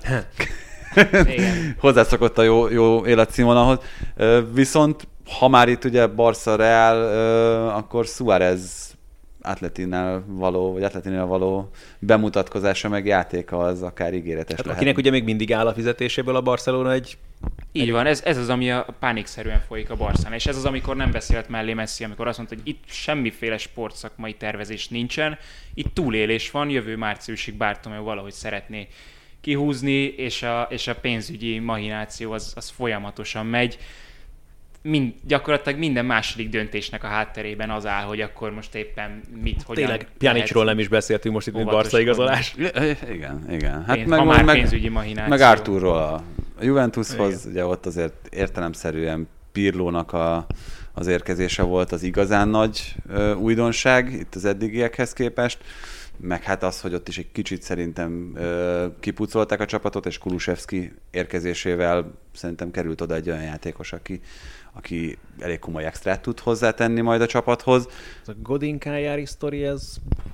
Hozzászokott a jó, jó életszínvonalhoz. Viszont, ha már itt ugye Barca Real, akkor Suárez Atletinál való, vagy Atletinél való bemutatkozása, meg játéka az akár ígéretes
hát
lehet.
Akinek ugye még mindig áll a fizetéséből a Barcelona egy...
Így van, ez, ez az, ami a pánikszerűen folyik a Barszán, és ez az, amikor nem beszélt mellé Messi, amikor azt mondta, hogy itt semmiféle sportszakmai tervezés nincsen, itt túlélés van, jövő márciusig Bartomeu valahogy szeretné kihúzni, és a, és a pénzügyi mahináció az, az folyamatosan megy. Mind, gyakorlatilag minden második döntésnek a hátterében az áll, hogy akkor most éppen mit, hogyan...
Tényleg, Pjanicsról nem is beszéltünk most itt, mint Barca igazolás.
Igen, igen. Hát
Pénz,
meg,
ha már
meg,
pénzügyi mahináció.
Meg Arturról a Juventushoz, igen. Ugye ott azért értelemszerűen Pirlónak a, az érkezése volt az igazán nagy ö, újdonság itt az eddigiekhez képest. Meg hát az, hogy ott is egy kicsit szerintem ö, kipucolták a csapatot, és Kulusevski érkezésével szerintem került oda egy olyan játékos, aki, aki elég komoly extrát tud hozzátenni majd a csapathoz.
Ez a Godin Kájári sztori, ez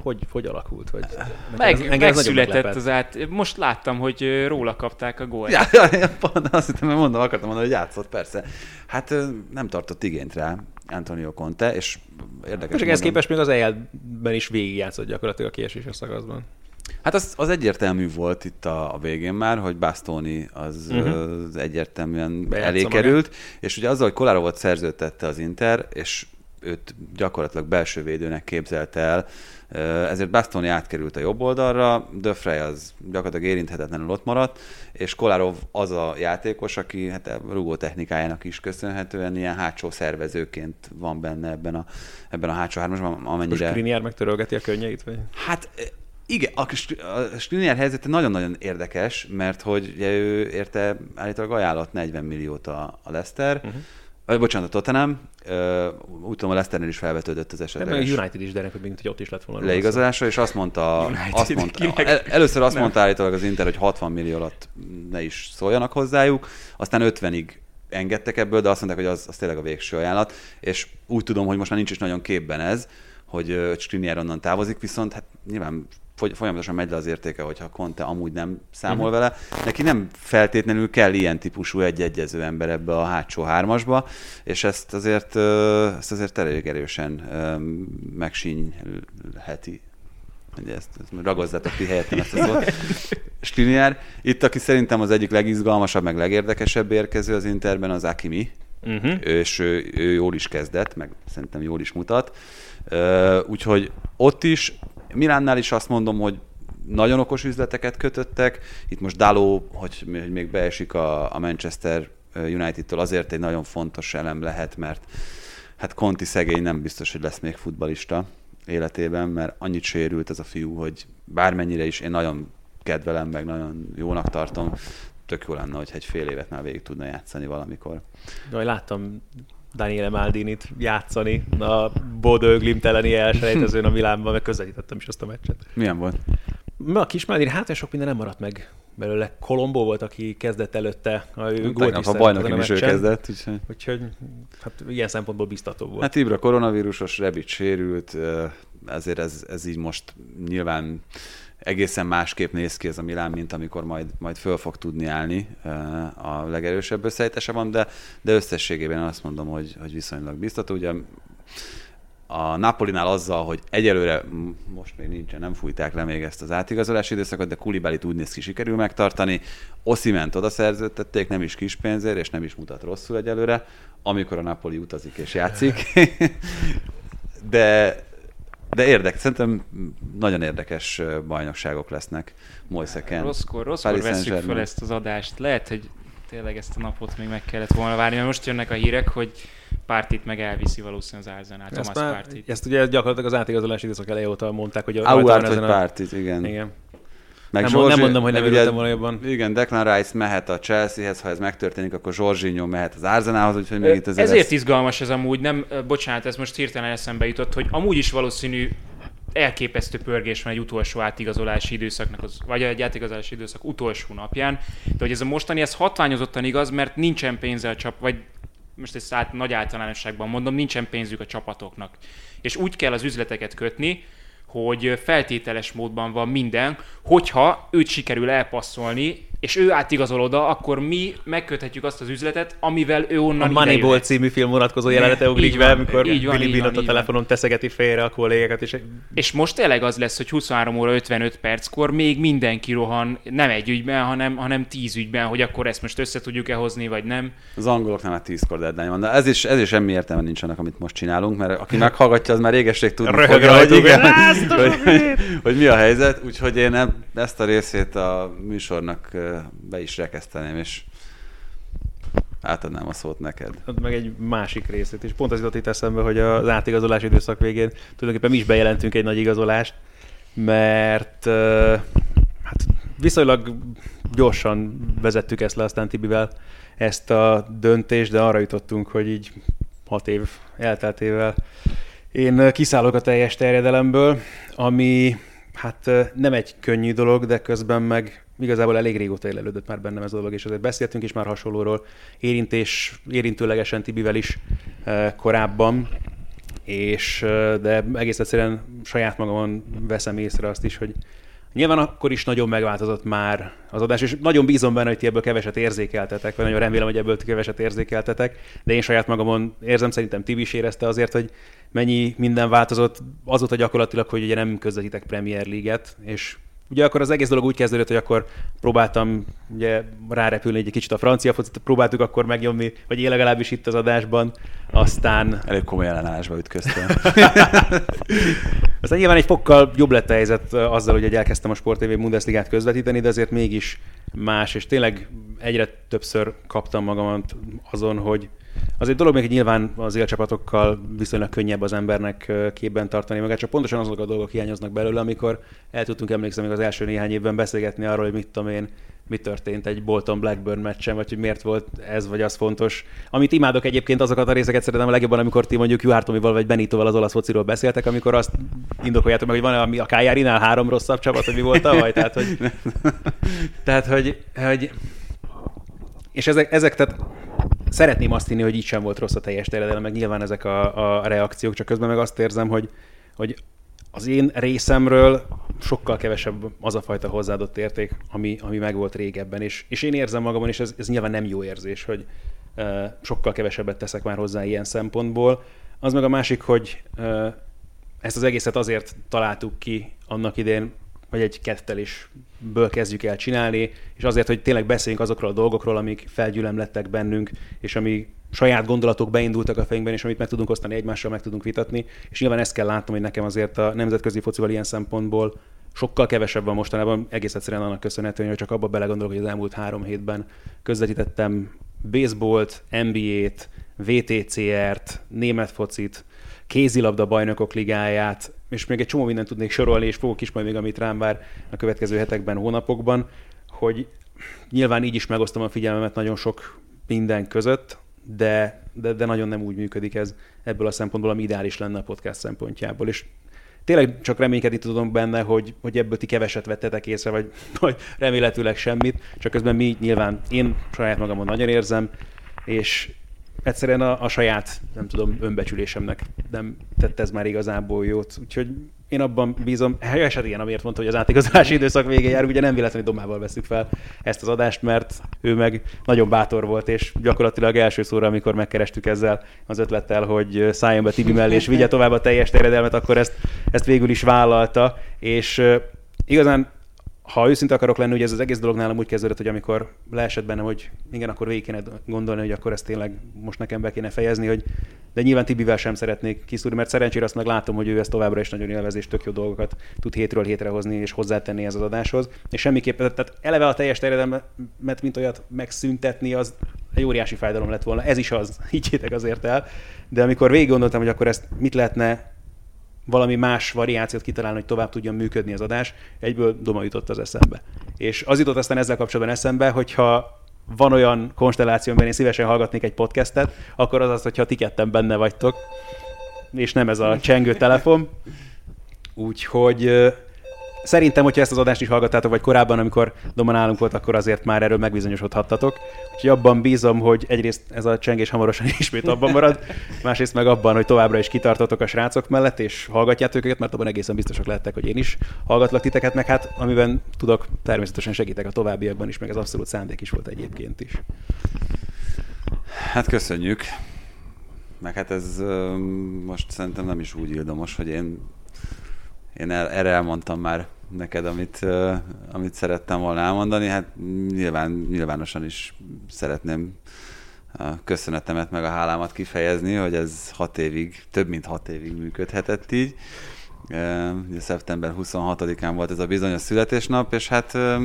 hogy, hogy alakult? Vagy...
Meg, megszületett az át. Most láttam, hogy róla kapták a gólt.
Ja, ja, ja, pont azt hittem, hogy mondom, akartam mondani, hogy játszott, persze. Hát nem tartott igényt rá Antonio Conte, és érdekes.
Csak ezt képest még az é el-ben is végigjátszott gyakorlatilag a kieséses szakaszban.
Hát az, az egyértelmű volt itt a, a végén már, hogy Bastoni az, uh-huh. az egyértelműen Bejátsza elé került, magát. És ugye azzal, hogy Kolárovot szerződtette az Inter, és őt gyakorlatilag belső védőnek képzelte el, ezért Bastoni átkerült a jobb oldalra, De Vrij az gyakorlatilag érinthetetlenül ott maradt, és Kolarov az a játékos, aki hát a rugó technikájának is köszönhetően ilyen hátsó szervezőként van benne ebben a, ebben a hátsó hármasban, amennyire...
Most Skriniar megtörölgeti a könnyeit? Vagy?
Hát igen, a Skriniar helyzete nagyon-nagyon érdekes, mert hogy ugye ő érte állítólag ajánlott negyven milliót a, a Leicester, uh-huh. Ö, bocsánat, a Tottenham, Ö, úgy tudom, a Leicesternél is felvetődött az esetleges.
De a United is, de hogy ott is lett volna.
Leigazolásra, és azt mondta, azt mondta el, először azt nem. mondta állítólag az Inter, hogy hatvan millió alatt ne is szóljanak hozzájuk, aztán ötvenig engedtek ebből, de azt mondták, hogy az, az tényleg a végső ajánlat, és úgy tudom, hogy most már nincs is nagyon képben ez, hogy Skriniar onnan távozik, viszont hát nyilván folyamatosan megy le az értéke, hogyha Conte amúgy nem számol uh-huh. vele. Neki nem feltétlenül kell ilyen típusú egy-egyező ember ebbe a hátsó hármasba, és ezt azért, ezt azért elég erősen megsínyheti. Ezt, ezt ragozzátok ti helyettem ezt a szót. Skriniar. Itt, aki szerintem az egyik legizgalmasabb, meg legérdekesebb érkező az Interben, az Hakimi. Uh-huh. És ő, ő jól is kezdett, meg szerintem jól is mutat. Úgyhogy ott is Milánnál is azt mondom, hogy nagyon okos üzleteket kötöttek. Itt most Dalot, hogy, hogy még beesik a, a Manchester United-től, azért egy nagyon fontos elem lehet, mert hát Conti szegény nem biztos, hogy lesz még futballista életében, mert annyit sérült ez a fiú, hogy bármennyire is én nagyon kedvelem, meg nagyon jónak tartom, tök jó lenne, hogyha egy fél évet már végig tudna játszani valamikor.
De láttam Daniele Maldinit játszani a Bodø Glimt elleni elselejtezőn a Milánban, meg közvetítettem is azt a meccset.
Milyen volt?
A kis Maldini, hát olyan sok minden nem maradt meg belőle. Colombo volt, aki kezdett előtte. A gólt
is a bajnokin is ő kezdett. Úgyhogy...
úgyhogy hát ilyen szempontból biztató volt.
Hát Ibra koronavírusos, Rebic sérült, ezért ez, ez így most nyilván egészen másképp néz ki ez a Milán, mint amikor majd, majd föl fog tudni állni a legerősebb összeállítása van, de, de összességében azt mondom, hogy, hogy viszonylag biztató. Ugye a Napolinál azzal, hogy egyelőre most még nincsen, nem fújták le még ezt az átigazolási időszakot, de Koulibalyt úgy néz ki, sikerül megtartani. Osimhent oda szerződtették, nem is kis pénzért, és nem is mutat rosszul egyelőre, amikor a Napoli utazik és játszik. de De érdekes, szerintem nagyon érdekes bajnokságok lesznek Moiseken.
Rosszkor, rosszkor veszük föl ezt az adást. Lehet, hogy tényleg ezt a napot még meg kellett volna várni, mert most jönnek a hírek, hogy Pártit meg elviszi valószínűleg az Arsenal, Thomas Pártit.
Ezt ugye gyakorlatilag az átigazolási időszak eleje óta mondták, hogy...
Auart vagy Pártit, igen.
igen.
Meg
nem,
Zsorzsi,
nem mondom, hogy nem örültem volna jobban.
Igen, Declan Rice mehet a Chelseahez, ha ez megtörténik, akkor Jorginho mehet az Arsenalhoz, úgyhogy még itt
ezért lesz. Izgalmas ez amúgy, nem, bocsánat, ez most hirtelen eszembe jutott, hogy amúgy is valószínű elképesztő pörgés van egy utolsó átigazolási időszaknak, az, vagy egy átigazolási időszak utolsó napján, de hogy ez a mostani, ez hatványozottan igaz, mert nincsen pénze a csap, vagy most ezt át, nagy általánosságban mondom, nincsen pénzük a csapatoknak. És úgy kell az üzleteket kötni, hogy feltételes módban van minden, hogyha őt sikerül elpasszolni, és ő átigazol oda, akkor mi megköthetjük azt az üzletet, amivel ő onnan
A Moneyball című film vonatkozó jelenete ugrik be, amikor Billy Bean a telefonon teszegeti félre a kollégákat. És...
és most tényleg az lesz, hogy huszonhárom óra ötvenöt perckor még mindenki rohan, nem egy ügyben, hanem, hanem tíz ügyben, hogy akkor ezt most össze tudjuk-e hozni, vagy nem.
Az angoloknál már tízkor deadline van, de ez is, ez is semmi értelme nincs annak, amit most csinálunk, mert aki meghallgatja, az már réges-rég tudni fogja, hogy, igen, hogy, hogy, hogy mi a helyzet, úgyhogy én ezt a részét a műsornak be is rekeszteném, és átadnám a szót neked.
Meg egy másik részét is. Pont az jutott itt eszembe, hogy az átigazolási időszak végén tulajdonképpen mi is bejelentünk egy nagy igazolást, mert hát viszonylag gyorsan vezettük ezt le aztán Tibivel ezt a döntést, de arra jutottunk, hogy így hat év elteltével én kiszállok a teljes terjedelemből, ami hát nem egy könnyű dolog, de közben meg igazából elég régóta élelődött már bennem ez a dolog, és azért beszéltünk is már hasonlóról, érintés, érintőlegesen Tibivel is korábban. és de egész egyszerűen saját magamon veszem észre azt is, hogy nyilván akkor is nagyon megváltozott már az adás, és nagyon bízom benne, hogy ti ebből keveset érzékeltetek, vagy nagyon remélem, hogy ebből ti keveset érzékeltetek, de én saját magamon érzem, szerintem ti is érezte azért, hogy mennyi minden változott azóta gyakorlatilag, hogy ugye nem közvetítek Premier League-et, és ugye akkor az egész dolog úgy kezdődött, hogy akkor próbáltam ugye rárepülni egy kicsit a francia focit, próbáltuk akkor megnyomni, vagy én legalábbis itt az adásban, aztán...
Elég komoly ellenállásba ütköztem.
Aztán nyilván egy fokkal jobb lett a helyzet azzal, hogy elkezdtem a Sport té vé Bundesligát közvetíteni, de azért mégis más, és tényleg egyre többször kaptam magamat azon, hogy azért dolog még, hogy nyilván az élcsapatokkal viszonylag könnyebb az embernek képben tartani magát, csak pontosan azok a dolgok hiányoznak belőle, amikor el tudtunk, emlékszem, még az első néhány évben beszélgetni arról, hogy mit tudom én, mi történt egy Bolton-Blackburn meccsen, vagy hogy miért volt ez vagy az fontos. Amit imádok egyébként, azokat a részeket szeretem a legjobban, amikor ti mondjuk Juhár Tomival vagy Benitoval az olasz fociról beszéltek, amikor azt indokoljátok meg, hogy van ami a Cagliarinál három rosszabb csapat, hogy mi volt tavaly. Tehát, hogy, tehát, hogy, hogy és ezek, ezek, tehát szeretném azt hinni, hogy így sem volt rossz a teljes terjedelem, meg nyilván ezek a, a reakciók, csak közben meg azt érzem, hogy, hogy az én részemről sokkal kevesebb az a fajta hozzáadott érték, ami, ami megvolt régebben, és, és én érzem magamon, és ez, ez nyilván nem jó érzés, hogy uh, sokkal kevesebbet teszek már hozzá ilyen szempontból. Az meg a másik, hogy uh, ezt az egészet azért találtuk ki annak idején, hogy egy kettelésből kezdjük el csinálni, és azért, hogy tényleg beszéljünk azokról a dolgokról, amik felgyülemlettek bennünk, és ami saját gondolatok beindultak a fejünkben, és amit meg tudunk osztani egymással, meg tudunk vitatni. És nyilván ezt kell látnom, hogy nekem azért a nemzetközi focival ilyen szempontból sokkal kevesebb van mostanában, egész egyszerűen annak köszönhetően, hogy csak abba belegondolok, hogy az elmúlt három hétben közvetítettem baseballt, en bé á-t, vé té cé er-t, német focit, kézilabda bajnokok ligáját, és még egy csomó mindent tudnék sorolni, és fogok is majd még, amit rám vár a következő hetekben, hónapokban, hogy nyilván így is megosztom a figyelmemet nagyon sok minden között, de, de, de nagyon nem úgy működik ez ebből a szempontból, ami ideális lenne a podcast szempontjából. És tényleg csak reménykedni tudom benne, hogy, hogy ebből ti keveset vettetek észre, vagy, vagy remélhetőleg semmit, csak közben mi nyilván én saját magamon nagyon érzem, és egyszerűen a, a saját, nem tudom, önbecsülésemnek nem tett ez már igazából jót. Úgyhogy én abban bízom, eset ilyen, amiért mondta, hogy az átigazolási időszak végén jár, ugye nem véletlenül Domával veszük fel ezt az adást, mert ő meg nagyon bátor volt, és gyakorlatilag első szóra, amikor megkerestük ezzel az ötlettel, hogy szálljon be Tibi mellé, és vigye tovább a teljes terjedelmet, akkor ezt, ezt végül is vállalta, és uh, igazán ha őszinte akarok lenni, hogy ez az egész dolog nálam úgy kezdődött, hogy amikor leesett bennem, hogy igen, akkor végig kéne gondolni, hogy akkor ezt tényleg most nekem be kéne fejezni, hogy de nyilván Tibivel sem szeretnék kiszúrni, mert szerencsére azt meg látom, hogy ő ezt továbbra is nagyon élvez, és tök jó dolgokat tud hétről hétre hozni és hozzátenni ez az adáshoz. És semmiképpen, tehát eleve a teljes terjedelmet, mint olyat megszüntetni, az egy óriási fájdalom lett volna. Ez is az, higgyétek azért el. De amikor végig gondoltam, hogy akkor ezt mit lehetne valami más variációt kitalálni, hogy tovább tudjon működni az adás, egyből Doma jutott az eszembe. És az jutott aztán ezzel kapcsolatban eszembe, hogyha van olyan konstelláció, amiben én szívesen hallgatnék egy podcastet, akkor az az, hogyha ti ketten benne vagytok, és nem ez a csengő telefon. Úgyhogy szerintem, hogyha ezt az adást is hallgattátok, vagy korábban, amikor Doma nálunk volt, akkor azért már erről megbizonyosodhattatok. Úgyhogy abban bízom, hogy egyrészt ez a csengés hamarosan ismét abban marad, másrészt meg abban, hogy továbbra is kitartotok a srácok mellett, és hallgatjátok őket, mert abban egészen biztosak lehettek, hogy én is hallgatlak titeket, meg hát amiben tudok, természetesen segítek a továbbiakban is, meg ez abszolút szándék is volt egyébként is.
Hát köszönjük. Meg hát ez most szerintem nem is úgy ildomos, hogy én Én el, erre elmondtam már neked, amit, uh, amit szerettem volna elmondani. Hát nyilván, nyilvánosan is szeretném a köszönetemet meg a hálámat kifejezni, hogy ez hat évig, több mint hat évig működhetett így. Uh, ugye szeptember huszonhatodikán volt ez a bizonyos születésnap, és hát uh,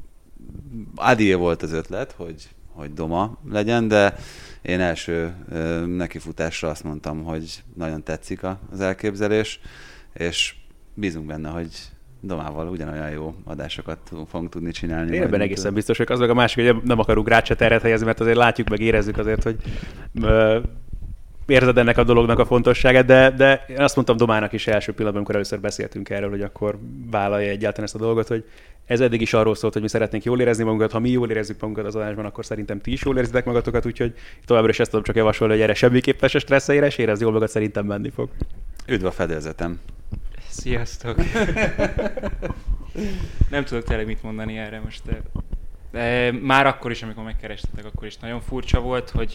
Adié volt az ötlet, hogy, hogy Doma legyen, de én első uh, nekifutásra azt mondtam, hogy nagyon tetszik az elképzelés, és bízunk benne, hogy Domával ugyanolyan jó adásokat fogunk tudni csinálni.
Én ebben egészen biztos, hogy az meg a másik, hogy nem akarunk rá se terhet helyezni, mert azért látjuk, meg érezzük azért, hogy ö, érzed ennek a dolognak a fontosságát, de, de én azt mondtam Domának is első pillanatban, amikor először beszéltünk erről, hogy akkor vállalja egyáltalán ezt a dolgot, hogy Ez eddig is arról szólt, hogy mi szeretnénk jól érezni magunkat, ha mi jól érezzük magunkat az adásban, akkor szerintem ti is jól érzitek magatokat, úgyhogy továbbra is ezt tudom csak javasolni, hogy erre semmiképpen se stresszeljen, és érezd jól magad, szerintem menni fog.
Üdv a fedélzetem!
Sziasztok! Nem tudok tényleg mit mondani erre most, de, de már akkor is, amikor megkerestetek, akkor is nagyon furcsa volt, hogy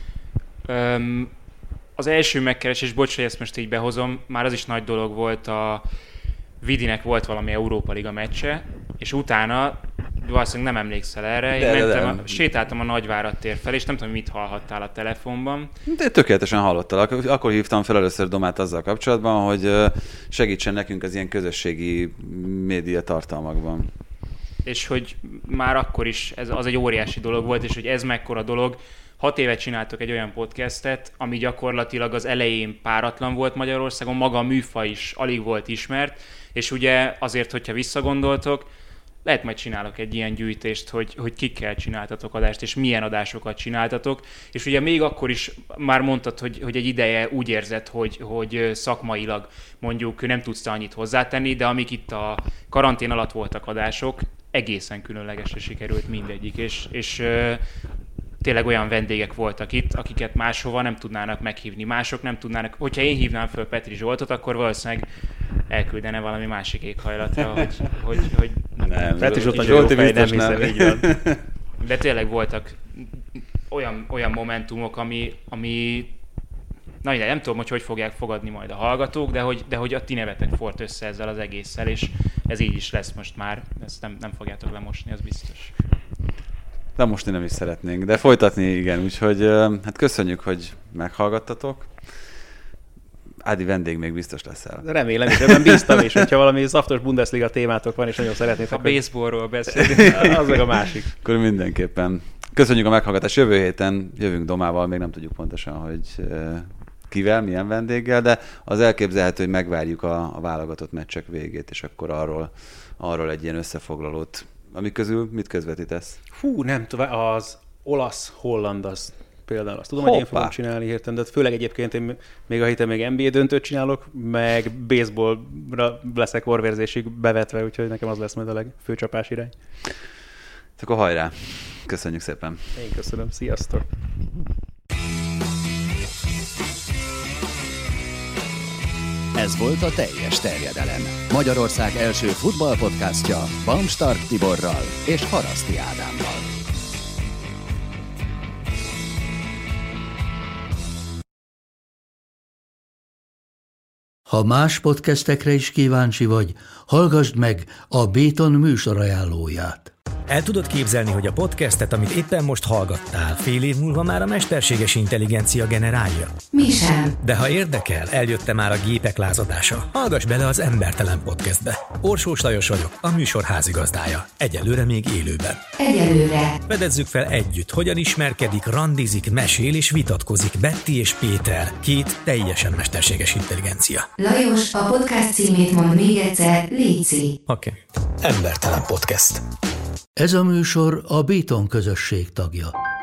öm, az első megkeresés, bocs, hogy ezt most így behozom, már az is nagy dolog volt, a Vidinek volt valami Európa Liga meccse, és utána, valószínűleg nem emlékszel erre,
de,
én
de,
mentem,
de.
A, sétáltam a Nagyvárad tér fel, és nem tudom, mit hallhattál a telefonban.
De tökéletesen hallottalak. Akkor hívtam fel először Domát azzal kapcsolatban, hogy segítsen nekünk az ilyen közösségi média tartalmakban.
És hogy már akkor is ez az egy óriási dolog volt, és hogy ez mekkora dolog. Hat évet csináltok egy olyan podcastet, ami gyakorlatilag az elején páratlan volt Magyarországon, maga a műfaj is alig volt ismert, és ugye azért, hogyha visszagondoltok, lehet majd csinálok egy ilyen gyűjtést, hogy, hogy kikkel csináltatok adást, és milyen adásokat csináltatok. És ugye még akkor is már mondtad, hogy, hogy egy ideje úgy érzed, hogy, hogy szakmailag mondjuk nem tudsz annyit hozzátenni, de amik itt a karantén alatt voltak adások, egészen különlegesre sikerült mindegyik, és, és tényleg olyan vendégek voltak itt, akiket máshova nem tudnának meghívni. Mások nem tudnának, hogyha én hívnám föl Petri Zsoltot, akkor valószínűleg elküldene valami másik éghajlatra, hogy, hogy, hogy
nem.
Petri Zsolt
Zsolti
nagyon jó fej, nem
biztos
hiszem,
nem.
így van.
De tényleg voltak olyan, olyan momentumok, ami, ami na ide, nem tudom, hogy hogy fogják fogadni majd a hallgatók, de hogy, de hogy a ti nevetek fort össze ezzel az egésszel, és ez így is lesz most már. Ezt nem, nem fogjátok lemosni, az biztos.
De most nem is szeretnénk, de folytatni igen, úgyhogy hát köszönjük, hogy meghallgattatok. Ádi vendég még biztos leszel.
Remélem, és ebben bíztam is, hogyha valami szaftos Bundesliga témátok van, és nagyon szeretnétek.
A baseballról beszélni.
Az meg a másik.
Akkor mindenképpen. Köszönjük a meghallgatást. Jövő héten jövünk Domával, még nem tudjuk pontosan, hogy kivel, milyen vendéggel, de az elképzelhető, hogy megvárjuk a, a válogatott meccsek végét, és akkor arról, arról egy ilyen összefoglalót. Amik közül mit közvetítesz?
Hú, nem tudom, az olasz-holland az például. Azt tudom,
Hoppá.
hogy én fogom csinálni hirtelen, de főleg egyébként én még a héten még en bé á döntőt csinálok, meg baseballra leszek orvérzésig bevetve, úgyhogy nekem az lesz majd a legfőcsapás irány.
Akkor hajrá! Köszönjük szépen!
Én köszönöm, sziasztok!
Ez volt a Teljes Terjedelem. Magyarország első futballpodcastja Bamstark Tiborral és Haraszti Ádámmal.
Ha más podcastekre is kíváncsi vagy, hallgassd meg a Béton műsor ajánlóját.
El tudod képzelni, hogy a podcastet, amit éppen most hallgattál, fél év múlva már a mesterséges intelligencia generálja?
Mi sem.
De ha érdekel, eljött már a gépek lázadása. Hallgass bele az Embertelen podcastbe. Orsós Lajos vagyok, a műsor házigazdája. Egyelőre még élőben.
Egyelőre.
Fedezzük fel együtt, hogyan ismerkedik, randizik, mesél és vitatkozik Betty és Péter, két teljesen mesterséges intelligencia.
Lajos, a podcast címét mond még egyszer, léci.
Oké. Okay. Embertelen podcast.
Ez a műsor a Béton közösség tagja.